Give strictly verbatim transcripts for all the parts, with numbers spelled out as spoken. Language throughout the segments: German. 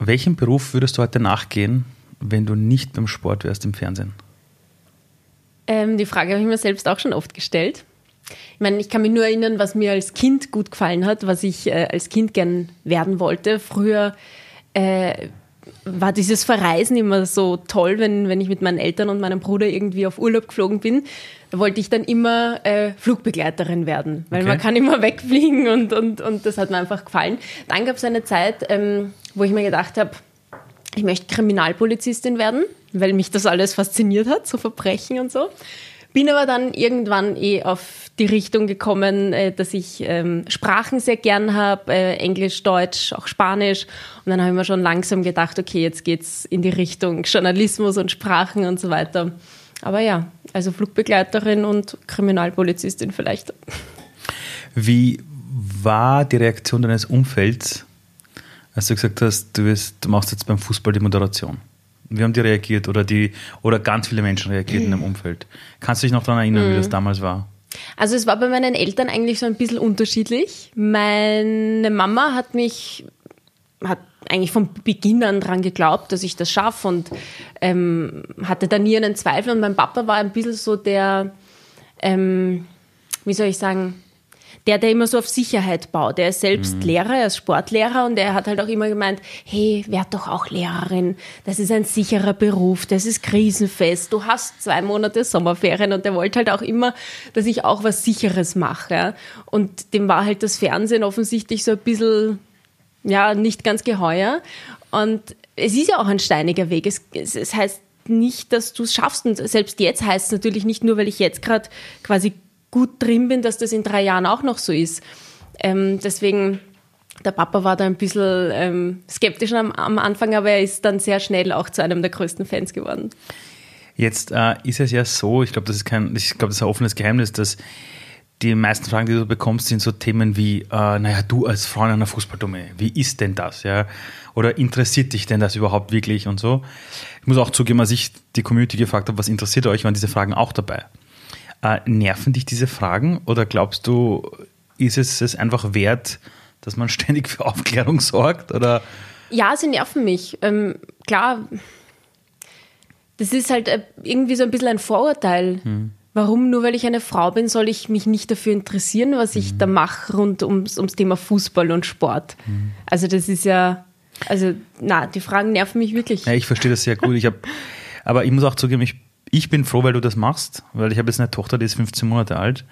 Welchen Beruf würdest du heute nachgehen, wenn du nicht beim Sport wärst im Fernsehen? Ähm, die Frage habe ich mir selbst auch schon oft gestellt. Ich meine, ich kann mich nur erinnern, was mir als Kind gut gefallen hat, was ich äh, als Kind gern werden wollte. Früher äh, war dieses Verreisen immer so toll, wenn, wenn ich mit meinen Eltern und meinem Bruder irgendwie auf Urlaub geflogen bin. Da wollte ich dann immer äh, Flugbegleiterin werden, weil okay. man kann immer wegfliegen und, und, und das hat mir einfach gefallen. Dann gab es eine Zeit, ähm, wo ich mir gedacht habe, ich möchte Kriminalpolizistin werden, weil mich das alles fasziniert hat, so Verbrechen und so. Bin aber dann irgendwann eh auf die Richtung gekommen, äh, dass ich ähm, Sprachen sehr gern habe, äh, Englisch, Deutsch, auch Spanisch. Und dann habe ich mir schon langsam gedacht, okay, jetzt geht's in die Richtung Journalismus und Sprachen und so weiter. Aber ja, also Flugbegleiterin und Kriminalpolizistin vielleicht. Wie war die Reaktion deines Umfelds, als du gesagt hast, du, wirst, du machst jetzt beim Fußball die Moderation? Wie haben die reagiert oder, die, oder ganz viele Menschen reagiert in deinem Umfeld? Kannst du dich noch daran erinnern, mhm. wie das damals war? Also es war bei meinen Eltern eigentlich so ein bisschen unterschiedlich. Meine Mama hat mich, hat eigentlich von Beginn an daran geglaubt, dass ich das schaffe und ähm, hatte da nie einen Zweifel. Und mein Papa war ein bisschen so der, ähm, wie soll ich sagen, der, der immer so auf Sicherheit baut. Der ist selbst mhm. Lehrer, er ist Sportlehrer und er hat halt auch immer gemeint, hey, werd doch auch Lehrerin. Das ist ein sicherer Beruf, das ist krisenfest. Du hast zwei Monate Sommerferien und der wollte halt auch immer, dass ich auch was Sicheres mache. Ja? Und dem war halt das Fernsehen offensichtlich so ein bisschen, ja, nicht ganz geheuer. Und es ist ja auch ein steiniger Weg. Es, es, es heißt nicht, dass du es schaffst. Und selbst jetzt heißt es natürlich nicht nur, weil ich jetzt gerade quasi gut drin bin, dass das in drei Jahren auch noch so ist. Ähm, deswegen, der Papa war da ein bisschen ähm, skeptisch am, am Anfang, aber er ist dann sehr schnell auch zu einem der größten Fans geworden. Jetzt äh, ist es ja so, ich glaube, das ist kein, ich glaube, das ist ein offenes Geheimnis, dass die meisten Fragen, die du bekommst, sind so Themen wie, äh, naja, du als Frau in einer Fußballdomäne, wie ist denn das? Ja? Oder interessiert dich denn das überhaupt wirklich und so? Ich muss auch zugeben, als ich die Community gefragt habe, was interessiert euch, waren diese Fragen auch dabei. Äh, nerven dich diese Fragen oder glaubst du, ist es es einfach wert, dass man ständig für Aufklärung sorgt? Oder? Ja, sie nerven mich. Ähm, klar, das ist halt irgendwie so ein bisschen ein Vorurteil. Hm. Warum, nur weil ich eine Frau bin, soll ich mich nicht dafür interessieren, was ich hm. da mache rund ums, ums Thema Fußball und Sport? Hm. Also das ist ja, also na, die Fragen nerven mich wirklich. Ja, ich verstehe das sehr gut. Ich hab, aber ich muss auch zugeben, ich Ich bin froh, weil du das machst, weil ich habe jetzt eine Tochter, die ist fünfzehn Monate alt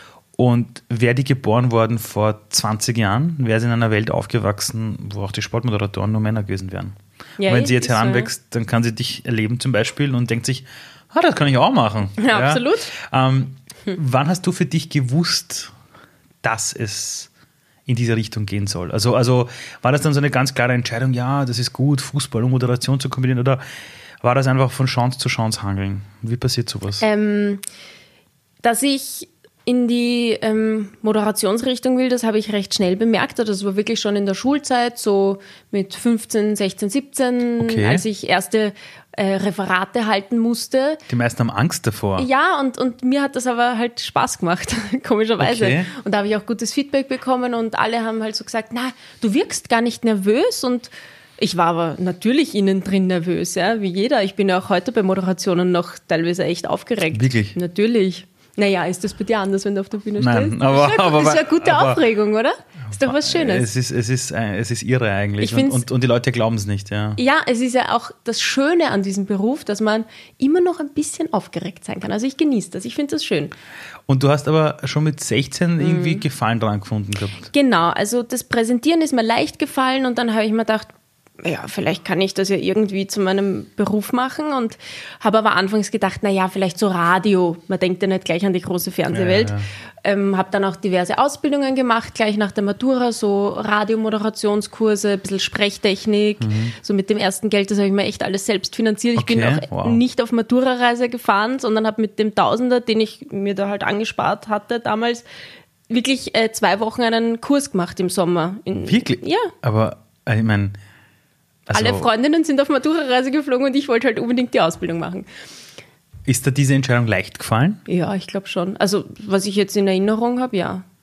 und wäre die geboren worden vor zwanzig Jahren, wäre sie in einer Welt aufgewachsen, wo auch die Sportmoderatoren nur Männer gewesen wären. Ja, und wenn sie jetzt heranwächst, dann kann sie dich erleben zum Beispiel und denkt sich, ah, das kann ich auch machen. Ja, ja. Absolut. Ähm, hm. Wann hast du für dich gewusst, dass es in diese Richtung gehen soll? Also, also war das dann so eine ganz klare Entscheidung, ja, das ist gut, Fußball und Moderation zu kombinieren, oder war das einfach von Chance zu Chance hangeln? Wie passiert sowas? Ähm, dass ich in die ähm, Moderationsrichtung will, das habe ich recht schnell bemerkt. Das war wirklich schon in der Schulzeit, so mit fünfzehn, sechzehn, siebzehn, okay. als ich erste äh, Referate halten musste. Die meisten haben Angst davor. Ja, und, und mir hat das aber halt Spaß gemacht, komischerweise. Okay. Und da habe ich auch gutes Feedback bekommen und alle haben halt so gesagt, na, du wirkst gar nicht nervös. Und ich war aber natürlich innen drin nervös, ja, wie jeder. Ich bin ja auch heute bei Moderationen noch teilweise echt aufgeregt. Wirklich? Natürlich. Naja, ist das bei dir anders, wenn du auf der Bühne Nein, stehst? Aber, das ist ja, aber, das ist ja gute aber, Aufregung, oder? Ist doch was Schönes. Es ist, es ist, es ist irre eigentlich und, und, und die Leute glauben es nicht. Ja. ja, es ist ja auch das Schöne an diesem Beruf, dass man immer noch ein bisschen aufgeregt sein kann. Also ich genieße das, ich finde das schön. Und du hast aber schon mit sechzehn irgendwie mhm. Gefallen dran gefunden gehabt. Genau, also das Präsentieren ist mir leicht gefallen und dann habe ich mir gedacht, ja, vielleicht kann ich das ja irgendwie zu meinem Beruf machen und habe aber anfangs gedacht, naja, vielleicht so Radio, man denkt ja nicht gleich an die große Fernsehwelt. Ja, ja. Ähm, habe dann auch diverse Ausbildungen gemacht, gleich nach der Matura, so Radiomoderationskurse, ein bisschen Sprechtechnik, mhm. so mit dem ersten Geld, das habe ich mir echt alles selbst finanziert. Ich okay, bin auch wow. nicht auf Matura-Reise gefahren, sondern habe mit dem Tausender, den ich mir da halt angespart hatte damals, wirklich äh, zwei Wochen einen Kurs gemacht im Sommer. In, wirklich? Ja. Aber ich meine... Also, alle Freundinnen sind auf Matura-Reise geflogen und ich wollte halt unbedingt die Ausbildung machen. Ist dir diese Entscheidung leicht gefallen? Ja, ich glaube schon. Also, was ich jetzt in Erinnerung habe, ja.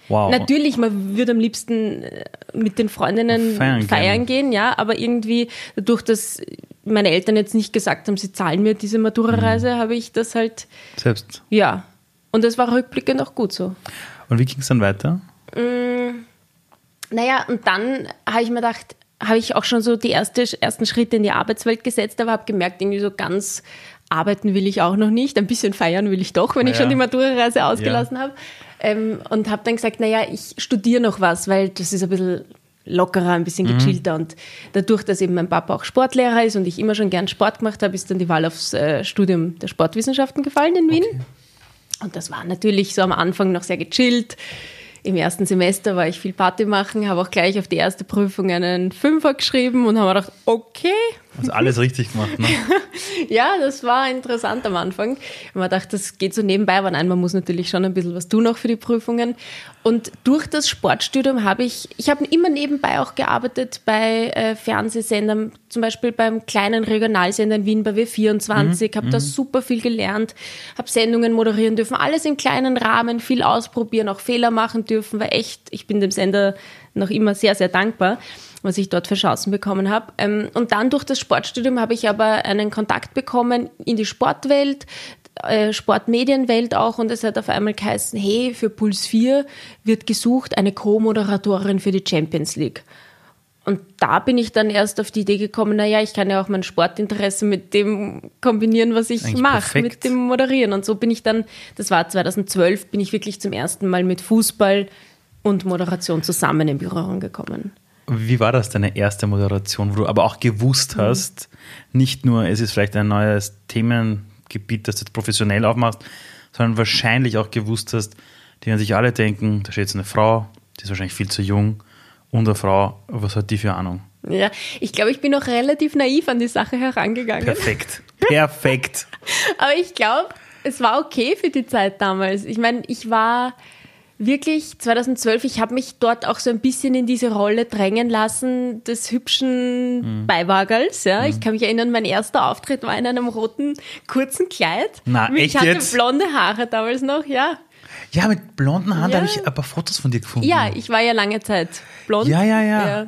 Wow. Natürlich, man würde am liebsten mit den Freundinnen feiern, feiern gehen. gehen, ja, aber irgendwie dadurch, dass meine Eltern jetzt nicht gesagt haben, sie zahlen mir diese Matura-Reise, mhm. habe ich das halt selbst. Ja, und das war rückblickend auch gut so. Und wie ging es dann weiter? Mm, naja, und dann habe ich mir gedacht, habe ich auch schon so die erste, ersten Schritte in die Arbeitswelt gesetzt, aber habe gemerkt, irgendwie so ganz arbeiten will ich auch noch nicht, ein bisschen feiern will ich doch, wenn ja. ich schon die Matura-Reise ausgelassen ja. habe. Ähm, und habe dann gesagt, naja, ich studiere noch was, weil das ist ein bisschen lockerer, ein bisschen gechillter. Mhm. Und dadurch, dass eben mein Papa auch Sportlehrer ist und ich immer schon gern Sport gemacht habe, ist dann die Wahl aufs äh, Studium der Sportwissenschaften gefallen in Wien. Okay. Und das war natürlich so am Anfang noch sehr gechillt. Im ersten Semester war ich viel Party machen, habe auch gleich auf die erste Prüfung einen Fünfer geschrieben und habe mir gedacht, okay. Also alles richtig gemacht, ne? Ja, das war interessant am Anfang. Man dachte, das geht so nebenbei, aber nein, man muss natürlich schon ein bisschen was tun auch für die Prüfungen. Und durch das Sportstudium habe ich, ich habe immer nebenbei auch gearbeitet bei äh, Fernsehsendern, zum Beispiel beim kleinen Regionalsender in Wien bei W vierundzwanzig, mhm. habe da super viel gelernt, habe Sendungen moderieren dürfen, alles im kleinen Rahmen, viel ausprobieren, auch Fehler machen dürfen, war echt, ich bin dem Sender noch immer sehr, sehr dankbar, was ich dort für Chancen bekommen habe. Und dann durch das Sportstudium habe ich aber einen Kontakt bekommen in die Sportwelt, äh, Sportmedienwelt auch, und es hat auf einmal geheißen, hey, für Puls vier wird gesucht eine Co-Moderatorin für die Champions League. Und da bin ich dann erst auf die Idee gekommen, naja, ich kann ja auch mein Sportinteresse mit dem kombinieren, was ich mache, mit dem Moderieren. Und so bin ich dann, das war zweitausendzwölf, bin ich wirklich zum ersten Mal mit Fußball und Moderation zusammen in Berührung gekommen. Wie war das, deine erste Moderation, wo du aber auch gewusst hast, mhm. nicht nur, es ist vielleicht ein neues Themengebiet, das du jetzt professionell aufmachst, sondern wahrscheinlich auch gewusst hast, die werden sich alle denken, da steht jetzt eine Frau, die ist wahrscheinlich viel zu jung, und eine Frau, was hat die für Ahnung? Ja, ich glaube, ich bin noch relativ naiv an die Sache herangegangen. Perfekt, perfekt. Aber ich glaube, es war okay für die Zeit damals. Ich meine, ich war wirklich zweitausendzwölf, ich habe mich dort auch so ein bisschen in diese Rolle drängen lassen des hübschen mhm. Beiwagels. Ja. Mhm. Ich kann mich erinnern, mein erster Auftritt war in einem roten, kurzen Kleid. Na, ich echt hatte jetzt? blonde Haare damals noch, ja. Ja, mit blonden Haaren, ja. da habe ich ein paar Fotos von dir gefunden. Ja, ich war ja lange Zeit blond. Ja, ja, ja. ja.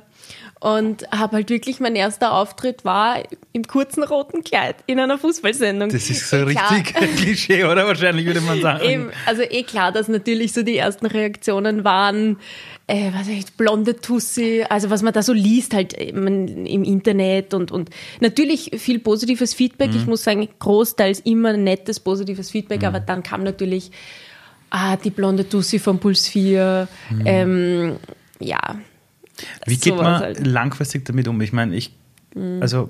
Und habe halt wirklich, mein erster Auftritt war im kurzen roten Kleid in einer Fußballsendung. Das ist so eh richtig Klischee, oder? Wahrscheinlich würde man sagen. Eben, also eh klar, dass natürlich so die ersten Reaktionen waren, äh, was weiß ich, blonde Tussi, also was man da so liest halt im Internet und, und natürlich viel positives Feedback. Mhm. Ich muss sagen, großteils immer nettes, positives Feedback, mhm. aber dann kam natürlich ah, die blonde Tussi von Puls vier, mhm. ähm, ja. Wie geht man halt langfristig damit um? Ich meine, ich, also,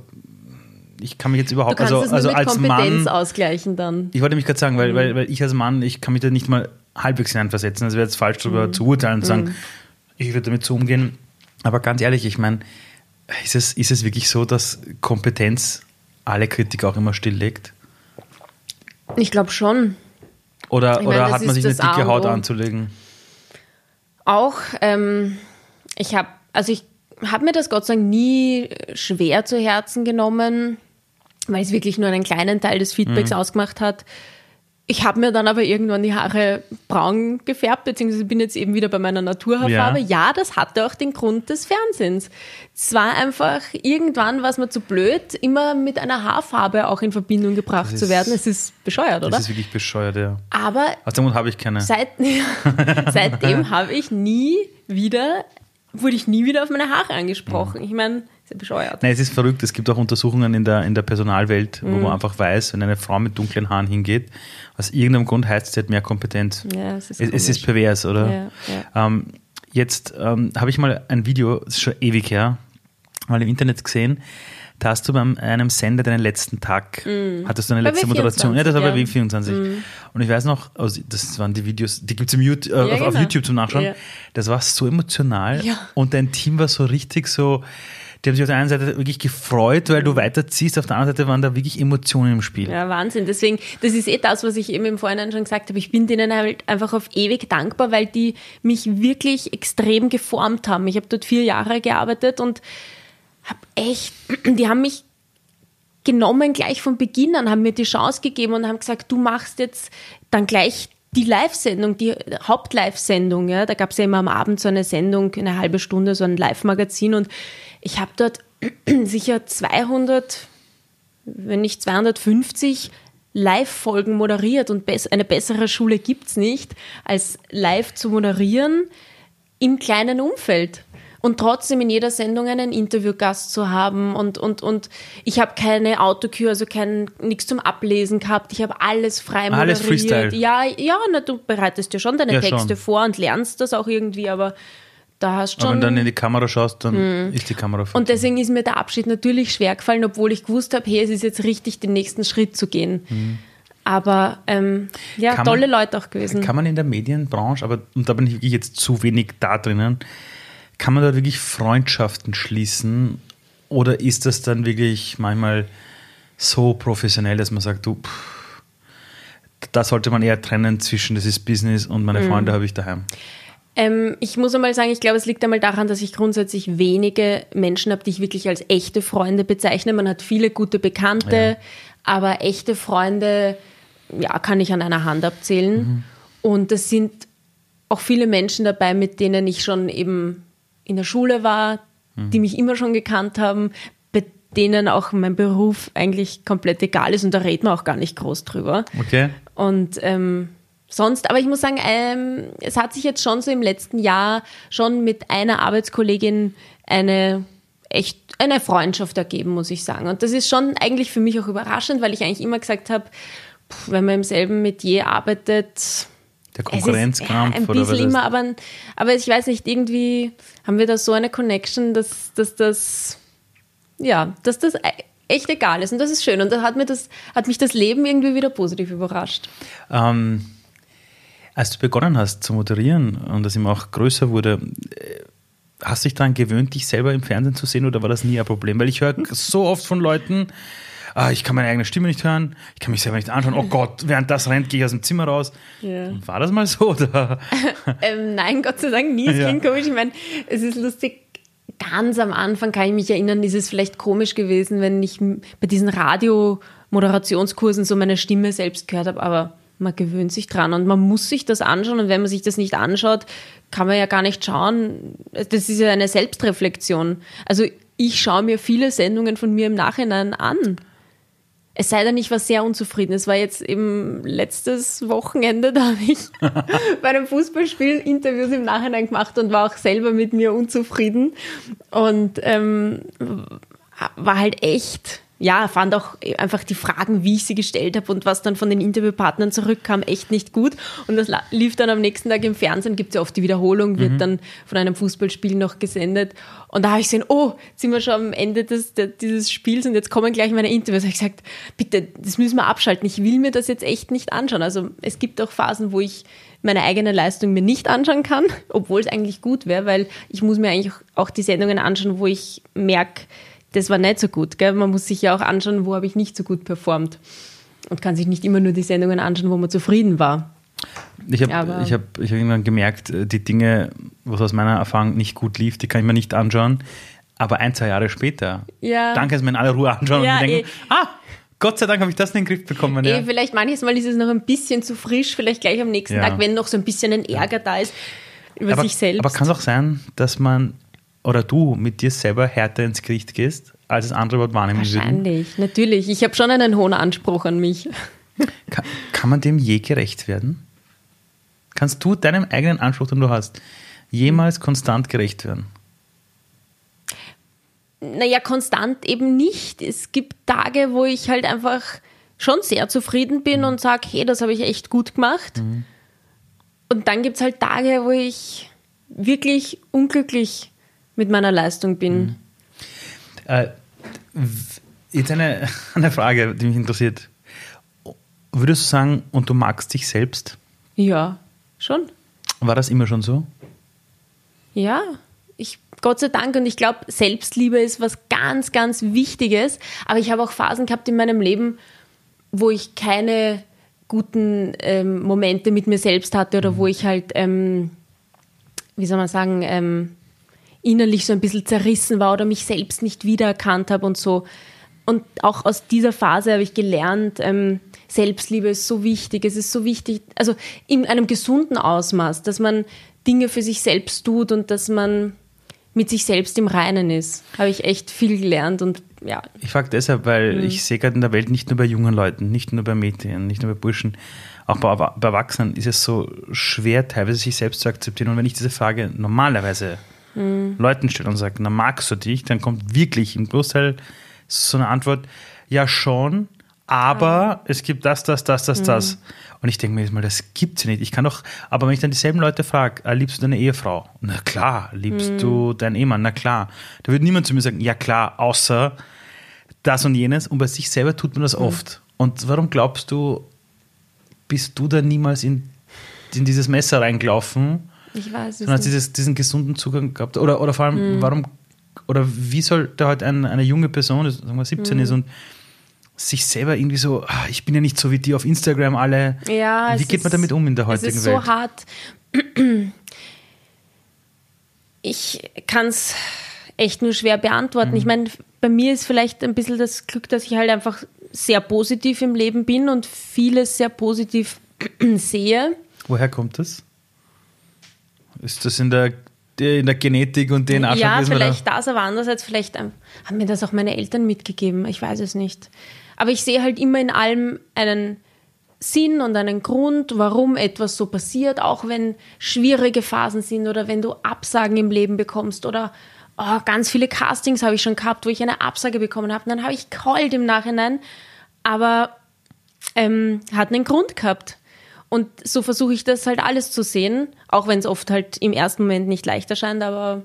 ich kann mich jetzt überhaupt, du kannst also, es nur also mit als Kompetenz Mann ausgleichen dann. Ich wollte mich gerade sagen, weil, mhm. weil, weil ich als Mann, ich kann mich da nicht mal halbwegs hineinversetzen. Das wäre jetzt falsch, darüber mhm. zu urteilen und zu sagen, mhm. ich würde damit so umgehen. Aber ganz ehrlich, ich meine, ist es, ist es wirklich so, dass Kompetenz alle Kritik auch immer stilllegt? Ich glaube schon. Oder, ich oder meine, hat man sich eine dicke Haut anzulegen? Auch, ähm, ich habe, also ich habe mir das Gott sei Dank nie schwer zu Herzen genommen, weil es wirklich nur einen kleinen Teil des Feedbacks mhm. ausgemacht hat. Ich habe mir dann aber irgendwann die Haare braun gefärbt, beziehungsweise bin jetzt eben wieder bei meiner Naturhaarfarbe. Ja. ja, das hatte auch den Grund des Fernsehens. Es war einfach, irgendwann war es mir zu blöd, immer mit einer Haarfarbe auch in Verbindung gebracht ist, zu werden. Es ist bescheuert, oder? Das ist wirklich bescheuert, ja. Aber aus dem Grund habe ich keine. Seit, seitdem habe ich nie wieder, wurde ich nie wieder auf meine Haare angesprochen. Mhm. Ich meine, ist ja bescheuert. Nein, es ist verrückt. Es gibt auch Untersuchungen in der, in der Personalwelt, wo mhm. man einfach weiß, wenn eine Frau mit dunklen Haaren hingeht, aus irgendeinem Grund heißt es, sie hat mehr Kompetenz. Ja, es ist, es, es ist pervers, oder? Ja, ja. Ähm, jetzt ähm, habe ich mal ein Video, das ist schon ewig her, mal im Internet gesehen. Da hast du bei einem Sender deinen letzten Tag, mm. hattest du eine bei letzte W vierundzwanzig, Moderation. Ja, das war ja. bei W vierundzwanzig. Mm. Und ich weiß noch, also das waren die Videos, die gibt es YouTube, äh, ja, auf, auf YouTube zum Nachschauen. Ja. Das war so emotional ja. und dein Team war so richtig so, die haben sich auf der einen Seite wirklich gefreut, weil du weiterziehst, auf der anderen Seite waren da wirklich Emotionen im Spiel. Ja, Wahnsinn. Deswegen, das ist eh das, was ich eben im Vorhinein schon gesagt habe. Ich bin denen halt einfach auf ewig dankbar, weil die mich wirklich extrem geformt haben. Ich habe dort vier Jahre gearbeitet und habe echt, die haben mich genommen gleich von Beginn an, haben mir die Chance gegeben und haben gesagt, du machst jetzt dann gleich die Live-Sendung, die Haupt-Live-Sendung, ja, da gab es ja immer am Abend so eine Sendung, eine halbe Stunde, so ein Live-Magazin und ich habe dort sicher zweihundert, wenn nicht zweihundertfünfzig Live-Folgen moderiert und eine bessere Schule gibt es nicht, als live zu moderieren im kleinen Umfeld. Und trotzdem in jeder Sendung einen Interviewgast zu haben und, und, und ich habe keine Autokür, also kein, nichts zum Ablesen gehabt. Ich habe alles frei moderiert. Alles Freestyle. Ja, ja, na, du bereitest dir schon deine Ja, Texte schon. vor und lernst das auch irgendwie, aber da hast schon... Aber wenn du dann in die Kamera schaust, dann ist die Kamera voll. Und deswegen ist mir der Abschied natürlich schwer gefallen, obwohl ich gewusst habe, hey, es ist jetzt richtig, den nächsten Schritt zu gehen. Mhm. Aber ähm, ja, Kann tolle man- Leute auch gewesen. Kann man in der Medienbranche, aber und da bin ich wirklich jetzt zu wenig da drinnen, kann man da wirklich Freundschaften schließen oder ist das dann wirklich manchmal so professionell, dass man sagt, du, pff, da sollte man eher trennen zwischen das ist Business und meine Freunde habe ich daheim. Ähm, ich muss einmal sagen, ich glaube, es liegt einmal daran, dass ich grundsätzlich wenige Menschen habe, die ich wirklich als echte Freunde bezeichne. Man hat viele gute Bekannte, Ja. aber echte Freunde, ja, kann ich an einer Hand abzählen. Mhm. Und es sind auch viele Menschen dabei, mit denen ich schon eben in der Schule war, Mhm. die mich immer schon gekannt haben, bei denen auch mein Beruf eigentlich komplett egal ist und da reden wir auch gar nicht groß drüber. Okay? Und ähm, sonst, aber ich muss sagen, ähm, es hat sich jetzt schon so im letzten Jahr schon mit einer Arbeitskollegin eine echt eine Freundschaft ergeben, muss ich sagen. Und das ist schon eigentlich für mich auch überraschend, weil ich eigentlich immer gesagt habe, pff, wenn man im selben Metier arbeitet, Der es ist, Konkurrenzkampf ja, ein oder was bisschen ist? immer, aber, aber ich weiß nicht, irgendwie haben wir da so eine Connection, dass, dass das ja, dass das echt egal ist und das ist schön und da hat, mir das, hat mich das Leben irgendwie wieder positiv überrascht. Ähm, als du begonnen hast zu moderieren und das immer auch größer wurde, äh, hast du dich daran gewöhnt, dich selber im Fernsehen zu sehen oder war das nie ein Problem? Weil ich höre so oft von Leuten, ah, ich kann meine eigene Stimme nicht hören, ich kann mich selber nicht anschauen, oh Gott, während das rennt, gehe ich aus dem Zimmer raus. Ja. War das mal so? Oder? Ähm, nein, Gott sei Dank nie. Es Ja. klingt komisch. Ich meine, es ist lustig. Ganz am Anfang kann ich mich erinnern, ist es vielleicht komisch gewesen, wenn ich m- bei diesen Radio-Moderationskursen so meine Stimme selbst gehört habe, aber man gewöhnt sich dran und man muss sich das anschauen und wenn man sich das nicht anschaut, kann man ja gar nicht schauen. Das ist ja eine Selbstreflexion. Also ich schaue mir viele Sendungen von mir im Nachhinein an. Es sei denn, ich war sehr unzufrieden. Es war jetzt eben letztes Wochenende, da habe ich bei einem Fußballspiel Interviews im Nachhinein gemacht und war auch selber mit mir unzufrieden. Und ähm, war halt echt, ja, fand auch einfach die Fragen, wie ich sie gestellt habe und was dann von den Interviewpartnern zurückkam, echt nicht gut. Und das la- lief dann am nächsten Tag im Fernsehen, gibt es ja oft die Wiederholung, wird dann von einem Fußballspiel noch gesendet. Und da habe ich gesehen, oh, jetzt sind wir schon am Ende des, der, dieses Spiels und jetzt kommen gleich meine Interviews. Da habe ich gesagt, bitte, das müssen wir abschalten. Ich will mir das jetzt echt nicht anschauen. Also es gibt auch Phasen, wo ich meine eigene Leistung mir nicht anschauen kann, obwohl es eigentlich gut wäre, weil ich muss mir eigentlich auch die Sendungen anschauen, wo ich merke, das war nicht so gut. Gell? Man muss sich ja auch anschauen, wo habe ich nicht so gut performt. Und kann sich nicht immer nur die Sendungen anschauen, wo man zufrieden war. Ich habe Aber- ich hab, ich hab irgendwann gemerkt, die Dinge, was aus meiner Erfahrung nicht gut lief, die kann ich mir nicht anschauen. Aber ein, zwei Jahre später, Ja. dann kann ich es mir in aller Ruhe anschauen Ja, und mir denken, eh. ah, Gott sei Dank habe ich das in den Griff bekommen. Ja. Eh, vielleicht manches Mal ist es noch ein bisschen zu frisch, vielleicht gleich am nächsten Ja. Tag, wenn noch so ein bisschen ein Ärger da ist über aber, sich selbst. aber kann es auch sein, dass man oder du mit dir selber härter ins Gericht gehst, als es andere überhaupt wahrnehmen würden? Wahrscheinlich, natürlich. Ich habe schon einen hohen Anspruch an mich. Kann, kann man dem je gerecht werden? Kannst du deinem eigenen Anspruch, den du hast, jemals konstant gerecht werden? Naja, konstant eben nicht. Es gibt Tage, wo ich halt einfach schon sehr zufrieden bin und sage, hey, das habe ich echt gut gemacht. Mhm. Und dann gibt es halt Tage, wo ich wirklich unglücklich mit meiner Leistung bin. Äh, w- jetzt eine, eine Frage, die mich interessiert. Würdest du sagen, und du magst dich selbst? Ja, schon. War das immer schon so? Ja, ich, Gott sei Dank. Und ich glaube, Selbstliebe ist was ganz, ganz Wichtiges. Aber ich habe auch Phasen gehabt in meinem Leben, wo ich keine guten ähm, Momente mit mir selbst hatte oder wo ich halt, ähm, wie soll man sagen, ähm, innerlich so ein bisschen zerrissen war oder mich selbst nicht wiedererkannt habe und so. und auch aus dieser Phase habe ich gelernt, ähm, Selbstliebe ist so wichtig. Es ist so wichtig, also in einem gesunden Ausmaß, dass man Dinge für sich selbst tut und dass man mit sich selbst im Reinen ist. Habe ich echt viel gelernt und ja. Ich frage deshalb, weil mhm. ich sehe gerade in der Welt nicht nur bei jungen Leuten, nicht nur bei Mädchen, nicht nur bei Burschen, auch bei, bei Erwachsenen ist es so schwer, teilweise sich selbst zu akzeptieren. Und wenn ich diese Frage normalerweise mhm. Leuten stelle und sage, na magst du dich, dann kommt wirklich im Großteil so eine Antwort, ja schon, aber mhm. es gibt das, das, das, das, mhm. das. Und ich denke mir jetzt mal, das gibt's ja nicht. Ich kann doch, aber wenn ich dann dieselben Leute frage, äh, liebst du deine Ehefrau? Na klar. Liebst mhm. du deinen Ehemann? Na klar. Da würde niemand zu mir sagen, ja klar, außer das und jenes. Und bei sich selber tut man das mhm. oft. Und warum glaubst du, bist du da niemals in, in dieses Messer reingelaufen? Ich weiß es sondern hast nicht. Dieses, diesen gesunden Zugang gehabt? Oder, oder vor allem, mhm. warum, oder wie soll da halt ein, eine junge Person, die sagen wir siebzehn mhm. ist und sich selber irgendwie so, ah, ich bin ja nicht so wie die auf Instagram alle. Ja, wie geht man damit um in der heutigen Welt? Es ist Welt? so hart. Ich kann es echt nur schwer beantworten. Mhm. Ich meine, bei mir ist vielleicht ein bisschen das Glück, dass ich halt einfach sehr positiv im Leben bin und vieles sehr positiv sehe. Woher kommt das? Ist das in der, in der Genetik und D N A? Ja, vielleicht das, aber andererseits vielleicht haben mir das auch meine Eltern mitgegeben. Ich weiß es nicht. Aber ich sehe halt immer in allem einen Sinn und einen Grund, warum etwas so passiert, auch wenn schwierige Phasen sind oder wenn du Absagen im Leben bekommst oder oh, ganz viele Castings habe ich schon gehabt, wo ich eine Absage bekommen habe. Und dann habe ich geheult im Nachhinein, aber ähm, hat einen Grund gehabt. Und so versuche ich das halt alles zu sehen, auch wenn es oft halt im ersten Moment nicht leicht erscheint, aber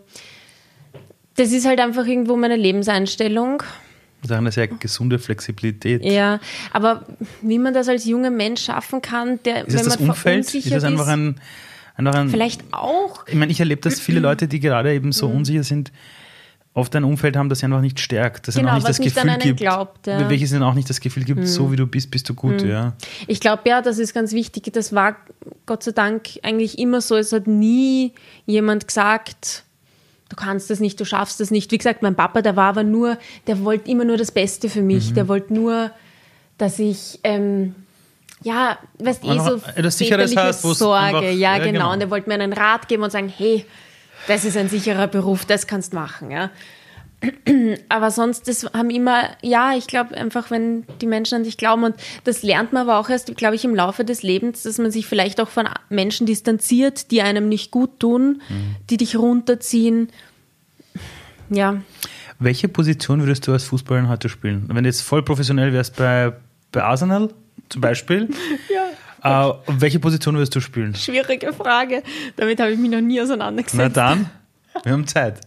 das ist halt einfach irgendwo meine Lebenseinstellung. Das ist eine sehr gesunde Flexibilität. Ja, aber wie man das als junger Mensch schaffen kann, der, ist wenn das man Umfeld? verunsichert ist das einfach ein, einfach ein... Vielleicht auch. Ich meine, ich erlebe, dass viele Leute, die gerade eben so unsicher sind, oft ein Umfeld haben, das sie einfach nicht stärkt, das genau, ihnen auch nicht das Gefühl gibt, glaubt, ja. welches ihnen auch nicht das Gefühl gibt, mhm. so wie du bist, bist du gut. Mhm. Ja. Ich glaube, ja, das ist ganz wichtig. Das war Gott sei Dank eigentlich immer so. Es hat nie jemand gesagt, du kannst das nicht, du schaffst das nicht. Wie gesagt, mein Papa, der war aber nur, der wollte immer nur das Beste für mich. Mhm. Der wollte nur, dass ich, ähm, ja, weißt eh, so väterliche Sorge. Einfach, ja, ja, genau. genau. Und er wollte mir einen Rat geben und sagen, hey, das ist ein sicherer Beruf, das kannst du machen. Ja. Aber sonst, das haben immer, ja, ich glaube einfach, wenn die Menschen an dich glauben, und das lernt man aber auch erst, glaube ich, im Laufe des Lebens, dass man sich vielleicht auch von Menschen distanziert, die einem nicht gut tun, mhm. die dich runterziehen. Ja. Welche Position würdest du als Fußballerin heute spielen? Wenn du jetzt voll professionell wärst bei, bei Arsenal zum Beispiel, ja. äh, welche Position würdest du spielen? Schwierige Frage. Damit habe ich mich noch nie auseinandergesetzt. Na dann, wir haben Zeit.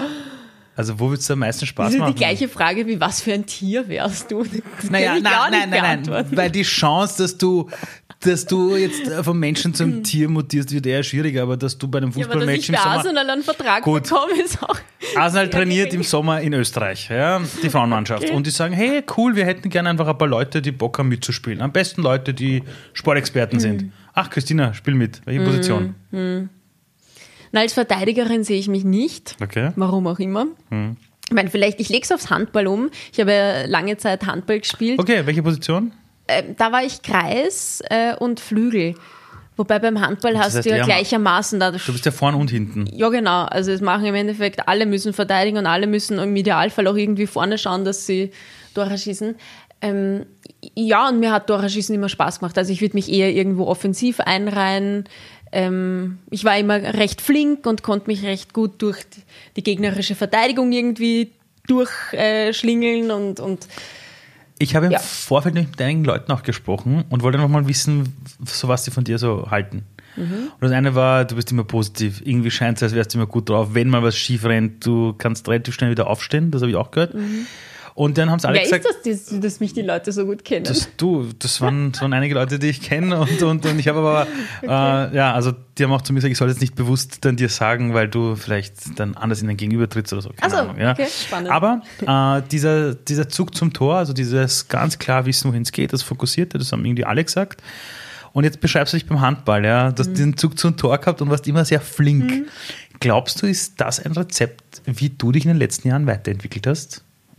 Also wo würdest du am meisten Spaß machen? Das ist die gleiche Frage wie, was für ein Tier wärst du? Das naja, nein, nein, nein, nein, weil die Chance, dass du, dass du jetzt vom Menschen zum Tier mutierst, wird eher schwieriger, aber dass du bei einem Fußballmatch ja, im Sommer... Arsenal einen Vertrag gut. bekomme, ist auch... Arsenal trainiert im Sommer in Österreich, ja, die Frauenmannschaft. Okay. Und die sagen, hey, cool, wir hätten gerne einfach ein paar Leute, die Bock haben mitzuspielen. Am besten Leute, die Sportexperten mhm. sind. Ach, Christina, spiel mit. Welche Position? Mhm. Na, als Verteidigerin sehe ich mich nicht. Okay. Warum auch immer. Hm. Ich meine, vielleicht, ich lege es aufs Handball um. Ich habe ja lange Zeit Handball gespielt. Okay, welche Position? Äh, da war ich Kreis äh, und Flügel. Wobei beim Handball das hast heißt, du ja, ja gleichermaßen da. Du bist ja vorne und hinten. Ja, genau. Also es machen im Endeffekt, alle müssen verteidigen und alle müssen im Idealfall auch irgendwie vorne schauen, dass sie Tore schießen. Ähm, ja, und mir hat Tore schießen immer Spaß gemacht. Also ich würde mich eher irgendwo offensiv einreihen. Ähm, ich war immer recht flink und konnte mich recht gut durch die gegnerische Verteidigung irgendwie durchschlingeln äh, und, und ich habe im ja. Vorfeld mit einigen Leuten auch gesprochen und wollte noch mal wissen, so was sie von dir so halten. Mhm. Und das eine war, du bist immer positiv. Irgendwie scheint es, als wärst du immer gut drauf. Wenn mal was schief rennt, du kannst relativ schnell wieder aufstehen. Das habe ich auch gehört. Mhm. Und dann haben sie alle Wer gesagt... Wer ist das, dass mich die Leute so gut kennen? Das, du, das waren, das waren einige Leute, die ich kenne. Und, und, und ich habe aber... Okay. Äh, ja, also die haben auch zu mir gesagt, ich soll jetzt nicht bewusst dann dir sagen, weil du vielleicht dann anders in den Gegenüber trittst oder so. Keine also, Ahnung, ja. Okay, spannend. Aber äh, dieser, dieser Zug zum Tor, also dieses ganz klar wissen, wohin es geht, das Fokussierte, das haben irgendwie alle gesagt. Und jetzt beschreibst du dich beim Handball, ja, dass mhm. du den Zug zum Tor gehabt und warst immer sehr flink. Mhm. Glaubst du, ist das ein Rezept, wie du dich in den letzten Jahren weiterentwickelt hast?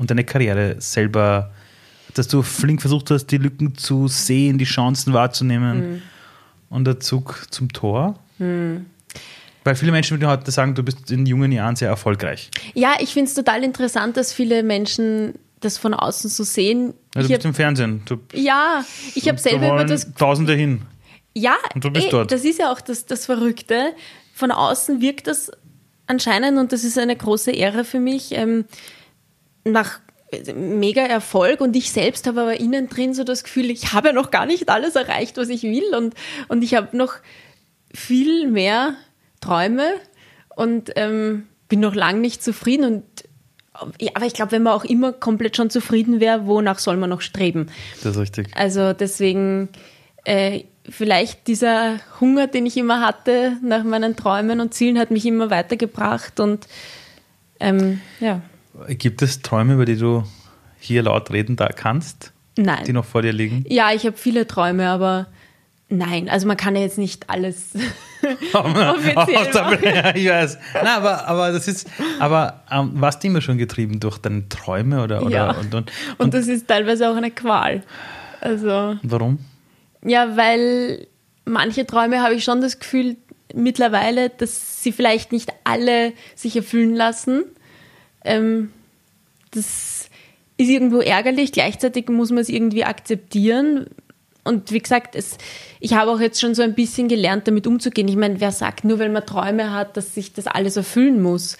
und deine Karriere selber, dass du flink versucht hast, die Lücken zu sehen, die Chancen wahrzunehmen mhm. und der Zug zum Tor? Mhm. Weil viele Menschen würden heute sagen, du bist in jungen Jahren sehr erfolgreich. Ja, ich finde es total interessant, dass viele Menschen das von außen so sehen. Ja, du ich bist hab, im Fernsehen. Du, ja, ich habe selber über das... Tausende hin. Ja, und du bist ey, dort. Das ist ja auch das, das Verrückte. Von außen wirkt das anscheinend, und das ist eine große Ehre für mich, ähm, nach mega Erfolg, und ich selbst habe aber innen drin so das Gefühl, ich habe ja noch gar nicht alles erreicht, was ich will, und, und ich habe noch viel mehr Träume und ähm, bin noch lange nicht zufrieden. Und ja, aber ich glaube, wenn man auch immer komplett schon zufrieden wäre, wonach soll man noch streben? Das ist richtig. Also deswegen äh, vielleicht dieser Hunger, den ich immer hatte nach meinen Träumen und Zielen, hat mich immer weitergebracht. Und ähm, ja. Gibt es Träume, über die du hier laut reden da kannst? Nein. Die noch vor dir liegen? Ja, ich habe viele Träume, aber nein, also man kann ja jetzt nicht alles offiziell machen. Ja, ich weiß. Nein, aber, aber das ist, aber ähm, warst du immer schon getrieben durch deine Träume? Oder, oder, ja, und, und, und, und das ist teilweise auch eine Qual. Also, warum? Ja, weil manche Träume habe ich schon das Gefühl mittlerweile, dass sie vielleicht nicht alle sich erfüllen lassen. Ähm, das ist irgendwo ärgerlich, gleichzeitig muss man es irgendwie akzeptieren. Und wie gesagt, es, ich habe auch jetzt schon so ein bisschen gelernt, damit umzugehen. Ich meine, wer sagt, nur weil man Träume hat, dass sich das alles erfüllen muss?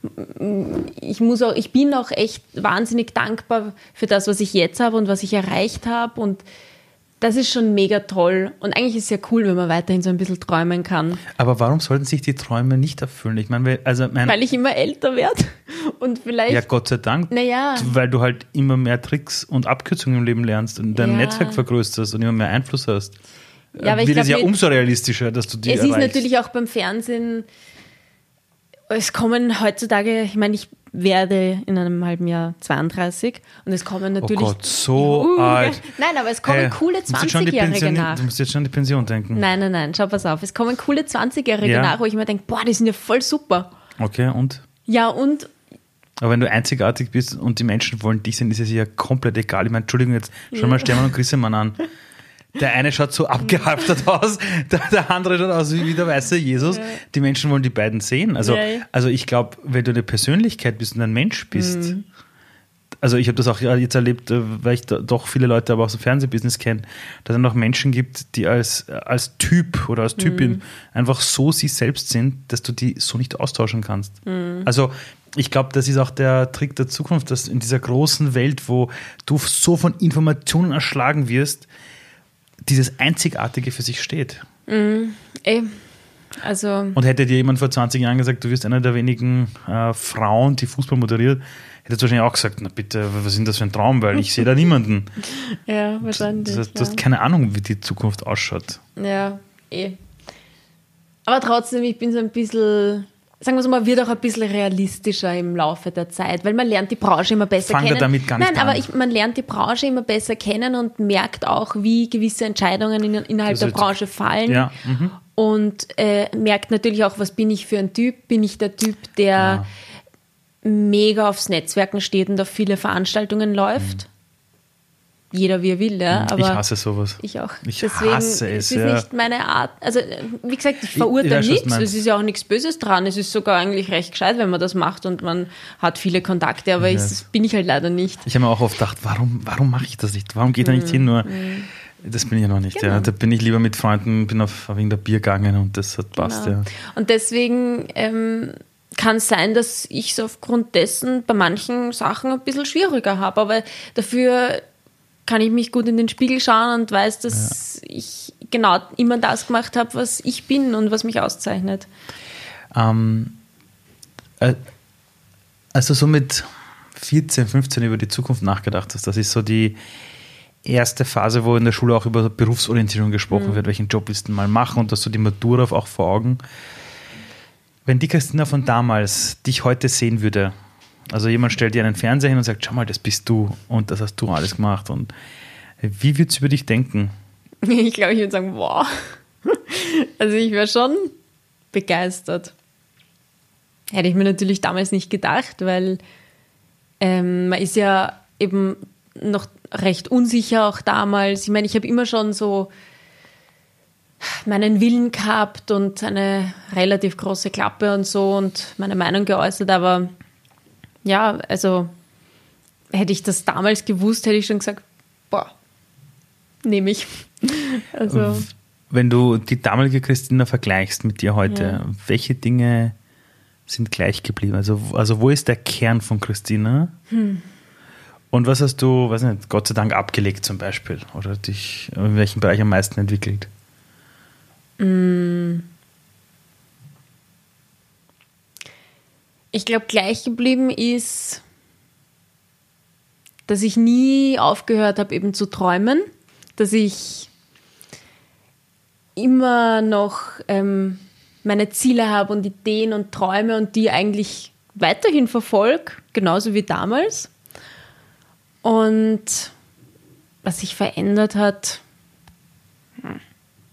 Ich, muss auch, ich bin auch echt wahnsinnig dankbar für das, was ich jetzt habe und was ich erreicht habe. Und das ist schon mega toll. Und eigentlich ist es ja cool, wenn man weiterhin so ein bisschen träumen kann. Aber warum sollten sich die Träume nicht erfüllen? Ich meine, also mein weil ich immer älter werde. Und vielleicht. Ja, Gott sei Dank. Naja. Weil du halt immer mehr Tricks und Abkürzungen im Leben lernst und dein ja. Netzwerk vergrößerst und immer mehr Einfluss hast. Ja, aber wird ich es ja glaub, umso realistischer, dass du die Es erreichst. ist natürlich auch beim Fernsehen, es kommen heutzutage, ich meine, ich werde in einem halben Jahr zweiunddreißig und es kommen natürlich... Oh Gott, so uh, alt. Nein, aber es kommen hey, coole zwanzigjährige nach. Du musst jetzt schon an die Pension denken. Nein, nein, nein, schau, pass auf. Es kommen coole zwanzigjährige ja. nach, wo ich mir denke, boah, die sind ja voll super. Okay, und? Ja, und... Aber wenn du einzigartig bist und die Menschen wollen dich sehen, ist es ja komplett egal. Ich meine, Entschuldigung, jetzt schau mal Stefan und Grissemann an. Der eine schaut so abgehalftert aus, der, der andere schaut aus wie der weiße Jesus. Ja. Die Menschen wollen die beiden sehen. Also, ja. also ich glaube, wenn du eine Persönlichkeit bist und ein Mensch bist, mhm. also ich habe das auch jetzt erlebt, weil ich doch viele Leute aber auch so Fernsehbusiness kenne, dass es noch Menschen gibt, die als, als Typ oder als Typin mhm. einfach so sie selbst sind, dass du die so nicht austauschen kannst. Mhm. Also ich glaube, das ist auch der Trick der Zukunft, dass in dieser großen Welt, wo du so von Informationen erschlagen wirst, dieses Einzigartige für sich steht. Mm, ey. Also und hätte dir jemand vor zwanzig Jahren gesagt, du wirst einer der wenigen äh, Frauen, die Fußball moderiert, hättest du wahrscheinlich auch gesagt, na bitte, was ist denn das für ein Traum, weil ich sehe da niemanden. Ja, wahrscheinlich. Du, du, du ja. hast keine Ahnung, wie die Zukunft ausschaut. Ja, eh. Aber trotzdem, ich bin so ein bisschen... Sagen wir so, man wird auch ein bisschen realistischer im Laufe der Zeit, weil man lernt die Branche immer besser Fang kennen. da damit gar nicht Nein, an. aber ich, man lernt die Branche immer besser kennen und merkt auch, wie gewisse Entscheidungen in, innerhalb das der Branche fallen. Ja. Mhm. Und äh, merkt natürlich auch, was bin ich für ein Typ? Bin ich der Typ, der ja. mega aufs Netzwerken steht und auf viele Veranstaltungen läuft? Mhm. Jeder wie er will, ja. Aber ich hasse sowas. Ich auch. Ich Deswegen hasse es. Es ist ja. nicht meine Art. Also, wie gesagt, ich verurteile nichts. Es ist ja auch nichts Böses dran. Es ist sogar eigentlich recht gescheit, wenn man das macht und man hat viele Kontakte, aber yes. das bin ich halt leider nicht. Ich habe mir auch oft gedacht, warum, warum mache ich das nicht? Warum geht da nicht mm, hin? Nur, mm. das bin ich ja noch nicht. Genau. Ja. Da bin ich lieber mit Freunden, bin auf, auf irgendein Bier gegangen und das hat passt. Genau. Ja. Und deswegen ähm, kann es sein, dass ich es aufgrund dessen bei manchen Sachen ein bisschen schwieriger habe, aber dafür kann ich mich gut in den Spiegel schauen und weiß, dass ja. ich genau immer das gemacht habe, was ich bin und was mich auszeichnet. Ähm, äh, also so mit vierzehn, fünfzehn über die Zukunft nachgedacht hast, das ist so die erste Phase, wo in der Schule auch über Berufsorientierung gesprochen mhm. wird, welchen Job willst du mal machen und dass du die Matura auch vor Augen. Wenn die Christina von damals dich heute sehen würde, also jemand stellt dir einen Fernseher hin und sagt, schau mal, das bist du und das hast du alles gemacht. Und wie würdest du über dich denken? Ich glaube, ich würde sagen, wow. Also ich wäre schon begeistert. Hätte ich mir natürlich damals nicht gedacht, weil Ähm, man ist ja eben noch recht unsicher auch damals. Ich meine, ich habe immer schon so meinen Willen gehabt und eine relativ große Klappe und so und meine Meinung geäußert, aber ja, also hätte ich das damals gewusst, hätte ich schon gesagt, boah, nehme ich. Also, wenn du die damalige Christina vergleichst mit dir heute, ja. welche Dinge sind gleich geblieben? Also, also wo ist der Kern von Christina? Hm. Und was hast du, weiß nicht, Gott sei Dank abgelegt zum Beispiel? Oder dich in welchem Bereich am meisten entwickelt? Ich glaube, gleich geblieben ist, dass ich nie aufgehört habe, eben zu träumen, dass ich immer noch ähm, meine Ziele habe und Ideen und Träume und die eigentlich weiterhin verfolge, genauso wie damals. Und was sich verändert hat, hm.